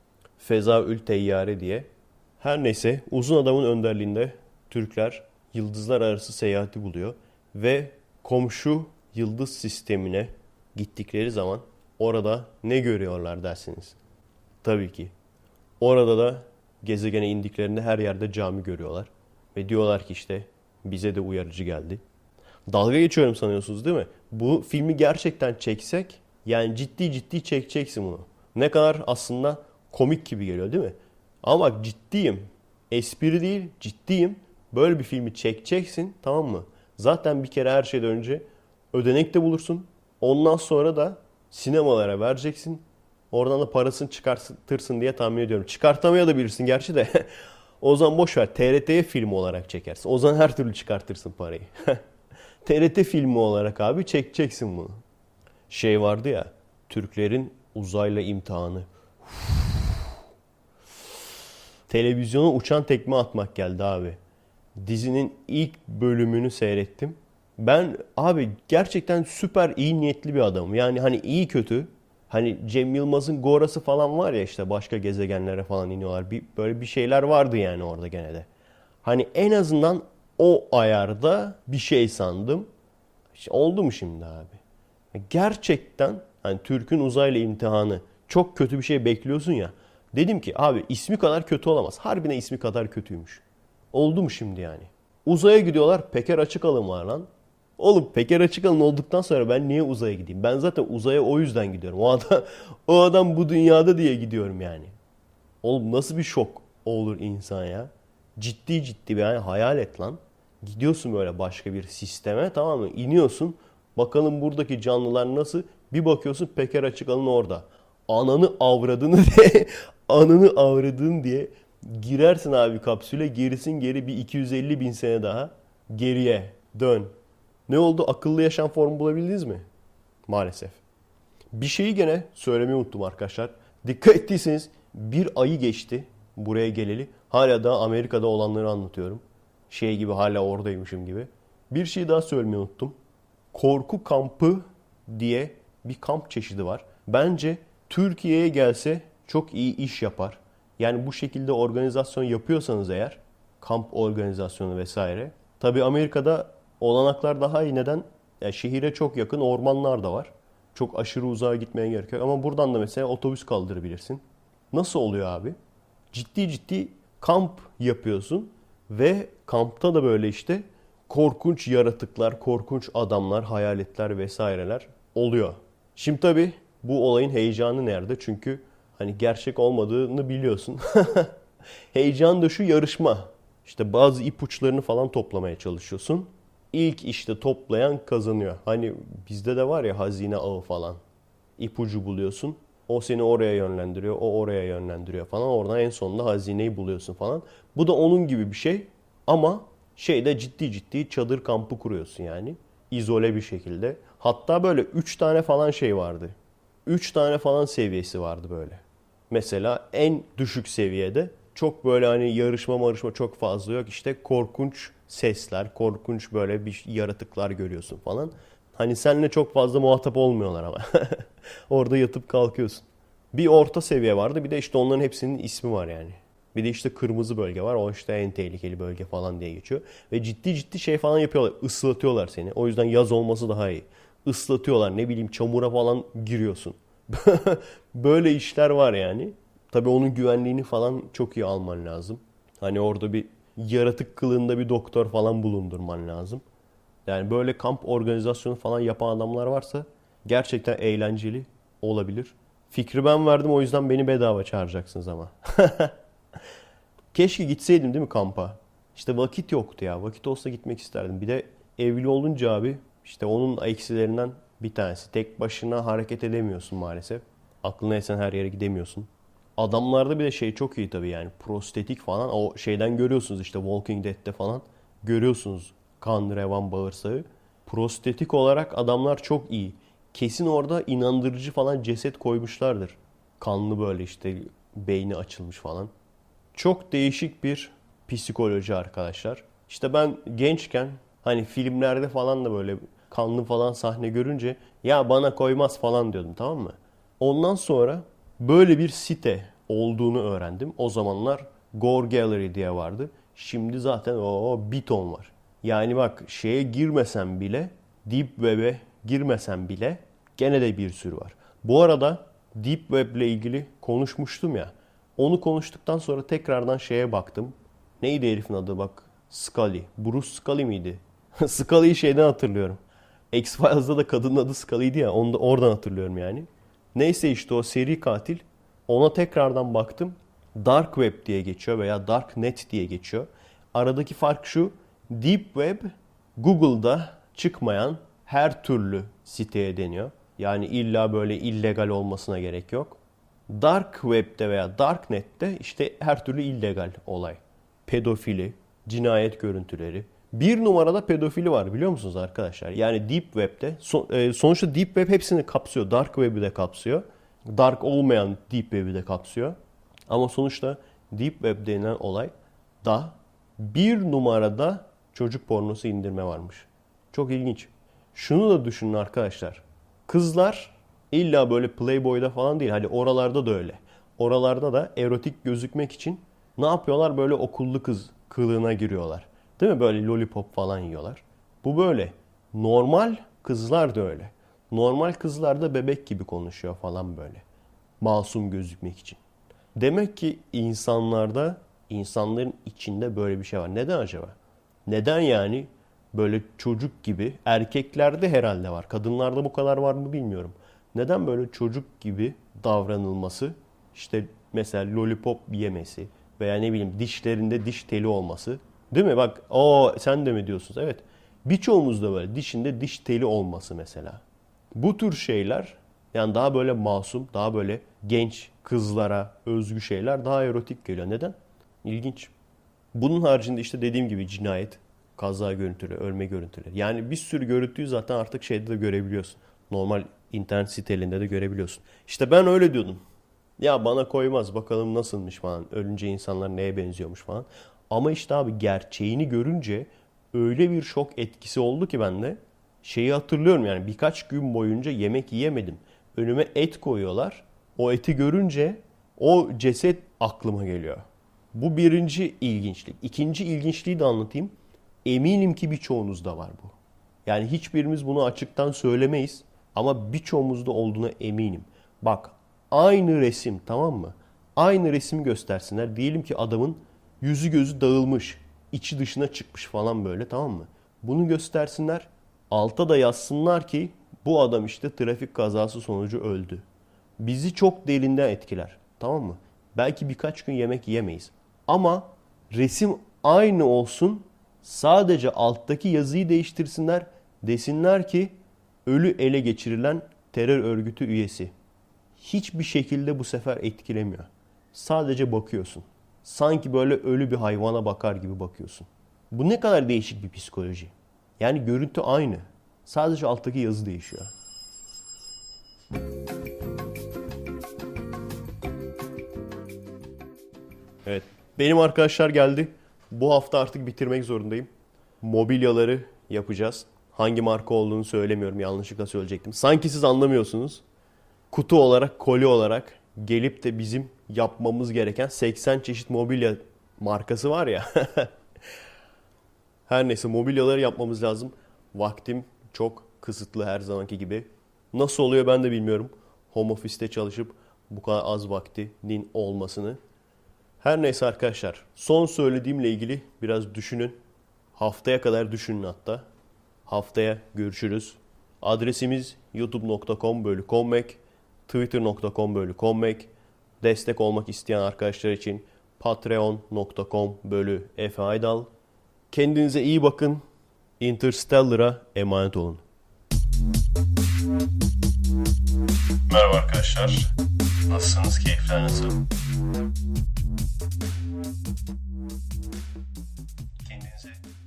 S2: Fezaül Teyyare diye. Her neyse uzun adamın önderliğinde Türkler yıldızlar arası seyahati buluyor. Ve komşu yıldız sistemine gittikleri zaman orada ne görüyorlar dersiniz? Tabii ki. Orada da gezegene indiklerinde her yerde cami görüyorlar. Ve diyorlar ki işte bize de uyarıcı geldi. Dalga geçiyorum sanıyorsunuz değil mi? Bu filmi gerçekten çeksek yani ciddi ciddi çekeceksin bunu. Ne kadar aslında komik gibi geliyor değil mi? Ama bak ciddiyim. Espri değil ciddiyim. Böyle bir filmi çekeceksin tamam mı? Zaten bir kere her şeyden önce ödenek de bulursun. Ondan sonra da sinemalara vereceksin. Oradan da parasını çıkartırsın diye tahmin ediyorum. Çıkartamaya da bilirsin gerçi de. O zaman boş ver. TRT'ye film olarak çekersin. O zaman her türlü çıkartırsın parayı. TRT filmi olarak abi çekeceksin bunu. Vardı ya. Türklerin uzayla imtihanı. Televizyona uçan tekme atmak geldi abi. Dizinin ilk bölümünü seyrettim. Ben abi gerçekten süper iyi niyetli bir adamım. Yani hani iyi kötü. Hani Cem Yılmaz'ın Gora'sı falan var ya işte başka gezegenlere falan iniyorlar. Böyle bir şeyler vardı yani orada gene de. Hani en azından o ayarda bir şey sandım. Oldu mu şimdi abi? Gerçekten hani Türk'ün uzayla imtihanı çok kötü bir şey bekliyorsun ya. Dedim ki abi ismi kadar kötü olamaz. Harbiden ismi kadar kötüymüş. Oldu mu şimdi yani? Uzaya gidiyorlar. Peker Açıkalın var lan. Oğlum Peker Açıkalın olduktan sonra ben niye uzaya gideyim? Ben zaten uzaya o yüzden gidiyorum. O adam bu dünyada diye gidiyorum yani. Oğlum nasıl bir şok olur insan ya? Ciddi ciddi bir yani hayal et lan. Gidiyorsun böyle başka bir sisteme tamam mı? İniyorsun. Bakalım buradaki canlılar nasıl? Bir bakıyorsun Peker Açıkalın orada. Ananı avradını diye ananı avradın diye girersin abi kapsüle gerisin geri bir 250 bin sene daha geriye dön. Ne oldu? Akıllı yaşam formu bulabildiniz mi? Maalesef. Bir şeyi gene söylemeyi unuttum arkadaşlar. Dikkat ettiyseniz bir ayı geçti buraya geleli. Hala daha Amerika'da olanları anlatıyorum. Gibi hala oradaymışım gibi. Bir şey daha söylemeyi unuttum. Korku kampı diye bir kamp çeşidi var. Bence Türkiye'ye gelse çok iyi iş yapar. Yani bu şekilde organizasyon yapıyorsanız eğer, kamp organizasyonu vesaire. Tabii Amerika'da olanaklar daha iyi. Neden? Şehire çok yakın ormanlar da var. Çok aşırı uzağa gitmeye gerek yok. Ama buradan da mesela otobüs kaldırabilirsin. Nasıl oluyor abi? Ciddi ciddi kamp yapıyorsun ve kampta da böyle işte korkunç yaratıklar, korkunç adamlar, hayaletler vesaireler oluyor. Şimdi tabii bu olayın heyecanı nerede? Çünkü hani gerçek olmadığını biliyorsun. Heyecan da şu yarışma. İşte bazı ipuçlarını falan toplamaya çalışıyorsun. İlk işte toplayan kazanıyor. Hani bizde de var ya hazine ağı falan. İpucu buluyorsun. O seni oraya yönlendiriyor. O oraya yönlendiriyor falan. Oradan en sonunda hazineyi buluyorsun falan. Bu da onun gibi bir şey. Ama şeyde ciddi ciddi çadır kampı kuruyorsun yani. İzole bir şekilde. Hatta böyle 3 tane falan şey vardı. 3 tane falan seviyesi vardı böyle. Mesela en düşük seviyede çok böyle hani yarışma çok fazla yok. İşte korkunç sesler, korkunç böyle bir yaratıklar görüyorsun falan. Hani seninle çok fazla muhatap olmuyorlar ama. Orada yatıp kalkıyorsun. Bir orta seviye vardı. Bir de işte onların hepsinin ismi var yani. Bir de işte kırmızı bölge var. O işte en tehlikeli bölge falan diye geçiyor. Ve ciddi ciddi şey falan yapıyorlar. Islatıyorlar seni. O yüzden yaz olması daha iyi. Islatıyorlar. Ne bileyim çamura falan giriyorsun. Böyle işler var yani. Tabii onun güvenliğini falan çok iyi alman lazım. Hani orada bir yaratık kılığında bir doktor falan bulundurman lazım. Yani böyle kamp organizasyonu falan yapan adamlar varsa gerçekten eğlenceli olabilir. Fikri ben verdim, o yüzden beni bedava çağıracaksınız ama. Keşke gitseydim değil mi kampa? İşte vakit yoktu ya. Vakit olsa gitmek isterdim. Bir de evli olunca abi işte onun eksilerinden bir tanesi. Tek başına hareket edemiyorsun maalesef. Aklına esen her yere gidemiyorsun. Adamlarda bir de şey çok iyi tabii yani. Prostetik falan. O şeyden görüyorsunuz işte Walking Dead'te falan. Görüyorsunuz kan, revan, bağırsağı. Prostetik olarak adamlar çok iyi. Kesin orada inandırıcı falan ceset koymuşlardır. Kanlı böyle işte beyni açılmış falan. Çok değişik bir psikoloji arkadaşlar. İşte ben gençken hani filmlerde falan da böyle kanlı falan sahne görünce ya bana koymaz falan diyordum, tamam mı? Ondan sonra böyle bir site olduğunu öğrendim. O zamanlar Gore Gallery diye vardı. Şimdi zaten o bir ton var. Yani bak şeye girmesen bile, Deep Web'e girmesen bile gene de bir sürü var. Bu arada Deep Web ile ilgili konuşmuştum ya. Onu konuştuktan sonra tekrardan şeye baktım. Neydi herifin adı bak? Scully. Bruce Scully miydi? Scully'yi şeyden hatırlıyorum. X-Files'da da kadının adı Scully'ydi ya. Onu da oradan hatırlıyorum yani. Neyse işte o seri katil. Ona tekrardan baktım. Dark Web diye geçiyor veya Dark Net diye geçiyor. Aradaki fark şu. Deep Web Google'da çıkmayan her türlü siteye deniyor. Yani illa böyle illegal olmasına gerek yok. Dark Web'de veya Darknet'te işte her türlü illegal olay. Pedofili, cinayet görüntüleri. Bir numarada pedofili var biliyor musunuz arkadaşlar? Yani Deep Web'de sonuçta Deep Web hepsini kapsıyor. Dark Web'i de kapsıyor. Dark olmayan Deep Web'i de kapsıyor. Ama sonuçta Deep Web denilen olay da bir numarada çocuk pornosu indirme varmış. Çok ilginç. Şunu da düşünün arkadaşlar. Kızlar illa böyle Playboy'da falan değil. Hadi oralarda da öyle. Oralarda da erotik gözükmek için ne yapıyorlar? Böyle okullu kız kılığına giriyorlar. Değil mi? Böyle lollipop falan yiyorlar. Bu böyle. Normal kızlar da öyle. Normal kızlar da bebek gibi konuşuyor falan böyle. Masum gözükmek için. Demek ki insanlarda, insanların içinde böyle bir şey var. Neden acaba? Neden yani böyle çocuk gibi, erkeklerde herhalde var. Kadınlarda bu kadar var mı bilmiyorum. Neden böyle çocuk gibi davranılması, işte mesela lollipop yemesi veya ne bileyim dişlerinde diş teli olması. Değil mi? Bak o sen de mi diyorsunuz? Evet. Birçoğumuzda böyle dişinde diş teli olması mesela. Bu tür şeyler yani daha böyle masum, daha böyle genç kızlara özgü şeyler daha erotik geliyor. Neden? İlginç. Bunun haricinde işte dediğim gibi cinayet, kaza görüntüleri, ölme görüntüleri. Yani bir sürü görüntüyü zaten artık şeyde de görebiliyorsun. Normal internet sitelerinde de görebiliyorsun. İşte ben öyle diyordum. Ya bana koymaz bakalım nasılmış falan. Ölünce insanlar neye benziyormuş falan. Ama işte abi gerçeğini görünce öyle bir şok etkisi oldu ki bende. Şeyi hatırlıyorum yani birkaç gün boyunca yemek yiyemedim. Önüme et koyuyorlar. O eti görünce o ceset aklıma geliyor. Bu birinci ilginçlik. İkinci ilginçliği de anlatayım. Eminim ki birçoğunuzda var bu. Yani hiçbirimiz bunu açıktan söylemeyiz. Ama birçoğumuzda olduğuna eminim. Bak aynı resim, tamam mı? Aynı resmi göstersinler. Diyelim ki adamın yüzü gözü dağılmış. İçi dışına çıkmış falan böyle, tamam mı? Bunu göstersinler. Alta da yazsınlar ki bu adam işte trafik kazası sonucu öldü. Bizi çok derinden etkiler. Tamam mı? Belki birkaç gün yemek yemeyiz. Ama resim aynı olsun. Sadece alttaki yazıyı değiştirsinler. Desinler ki ölü ele geçirilen terör örgütü üyesi. Hiçbir şekilde bu sefer etkilemiyor. Sadece bakıyorsun. Sanki böyle ölü bir hayvana bakar gibi bakıyorsun. Bu ne kadar değişik bir psikoloji. Yani görüntü aynı. Sadece alttaki yazı değişiyor. Evet. Benim arkadaşlar geldi. Bu hafta artık bitirmek zorundayım. Mobilyaları yapacağız. Hangi marka olduğunu söylemiyorum. Yanlışlıkla söyleyecektim. Sanki siz anlamıyorsunuz. Kutu olarak, koli olarak gelip de bizim yapmamız gereken 80 çeşit mobilya markası var ya. Her neyse mobilyaları yapmamız lazım. Vaktim çok kısıtlı her zamanki gibi. Nasıl oluyor ben de bilmiyorum. Home office'te çalışıp bu kadar az vaktinin olmasını. Her neyse arkadaşlar, son söylediğimle ilgili biraz düşünün. Haftaya kadar düşünün hatta. Haftaya görüşürüz. Adresimiz youtube.com/comeback, twitter.com/comeback. Destek olmak isteyen arkadaşlar için patreon.com/Efe Aydal. Kendinize iyi bakın. Interstellar'a emanet olun.
S1: Merhaba arkadaşlar. Nasılsınız? Keyifler nasıl? Kendinize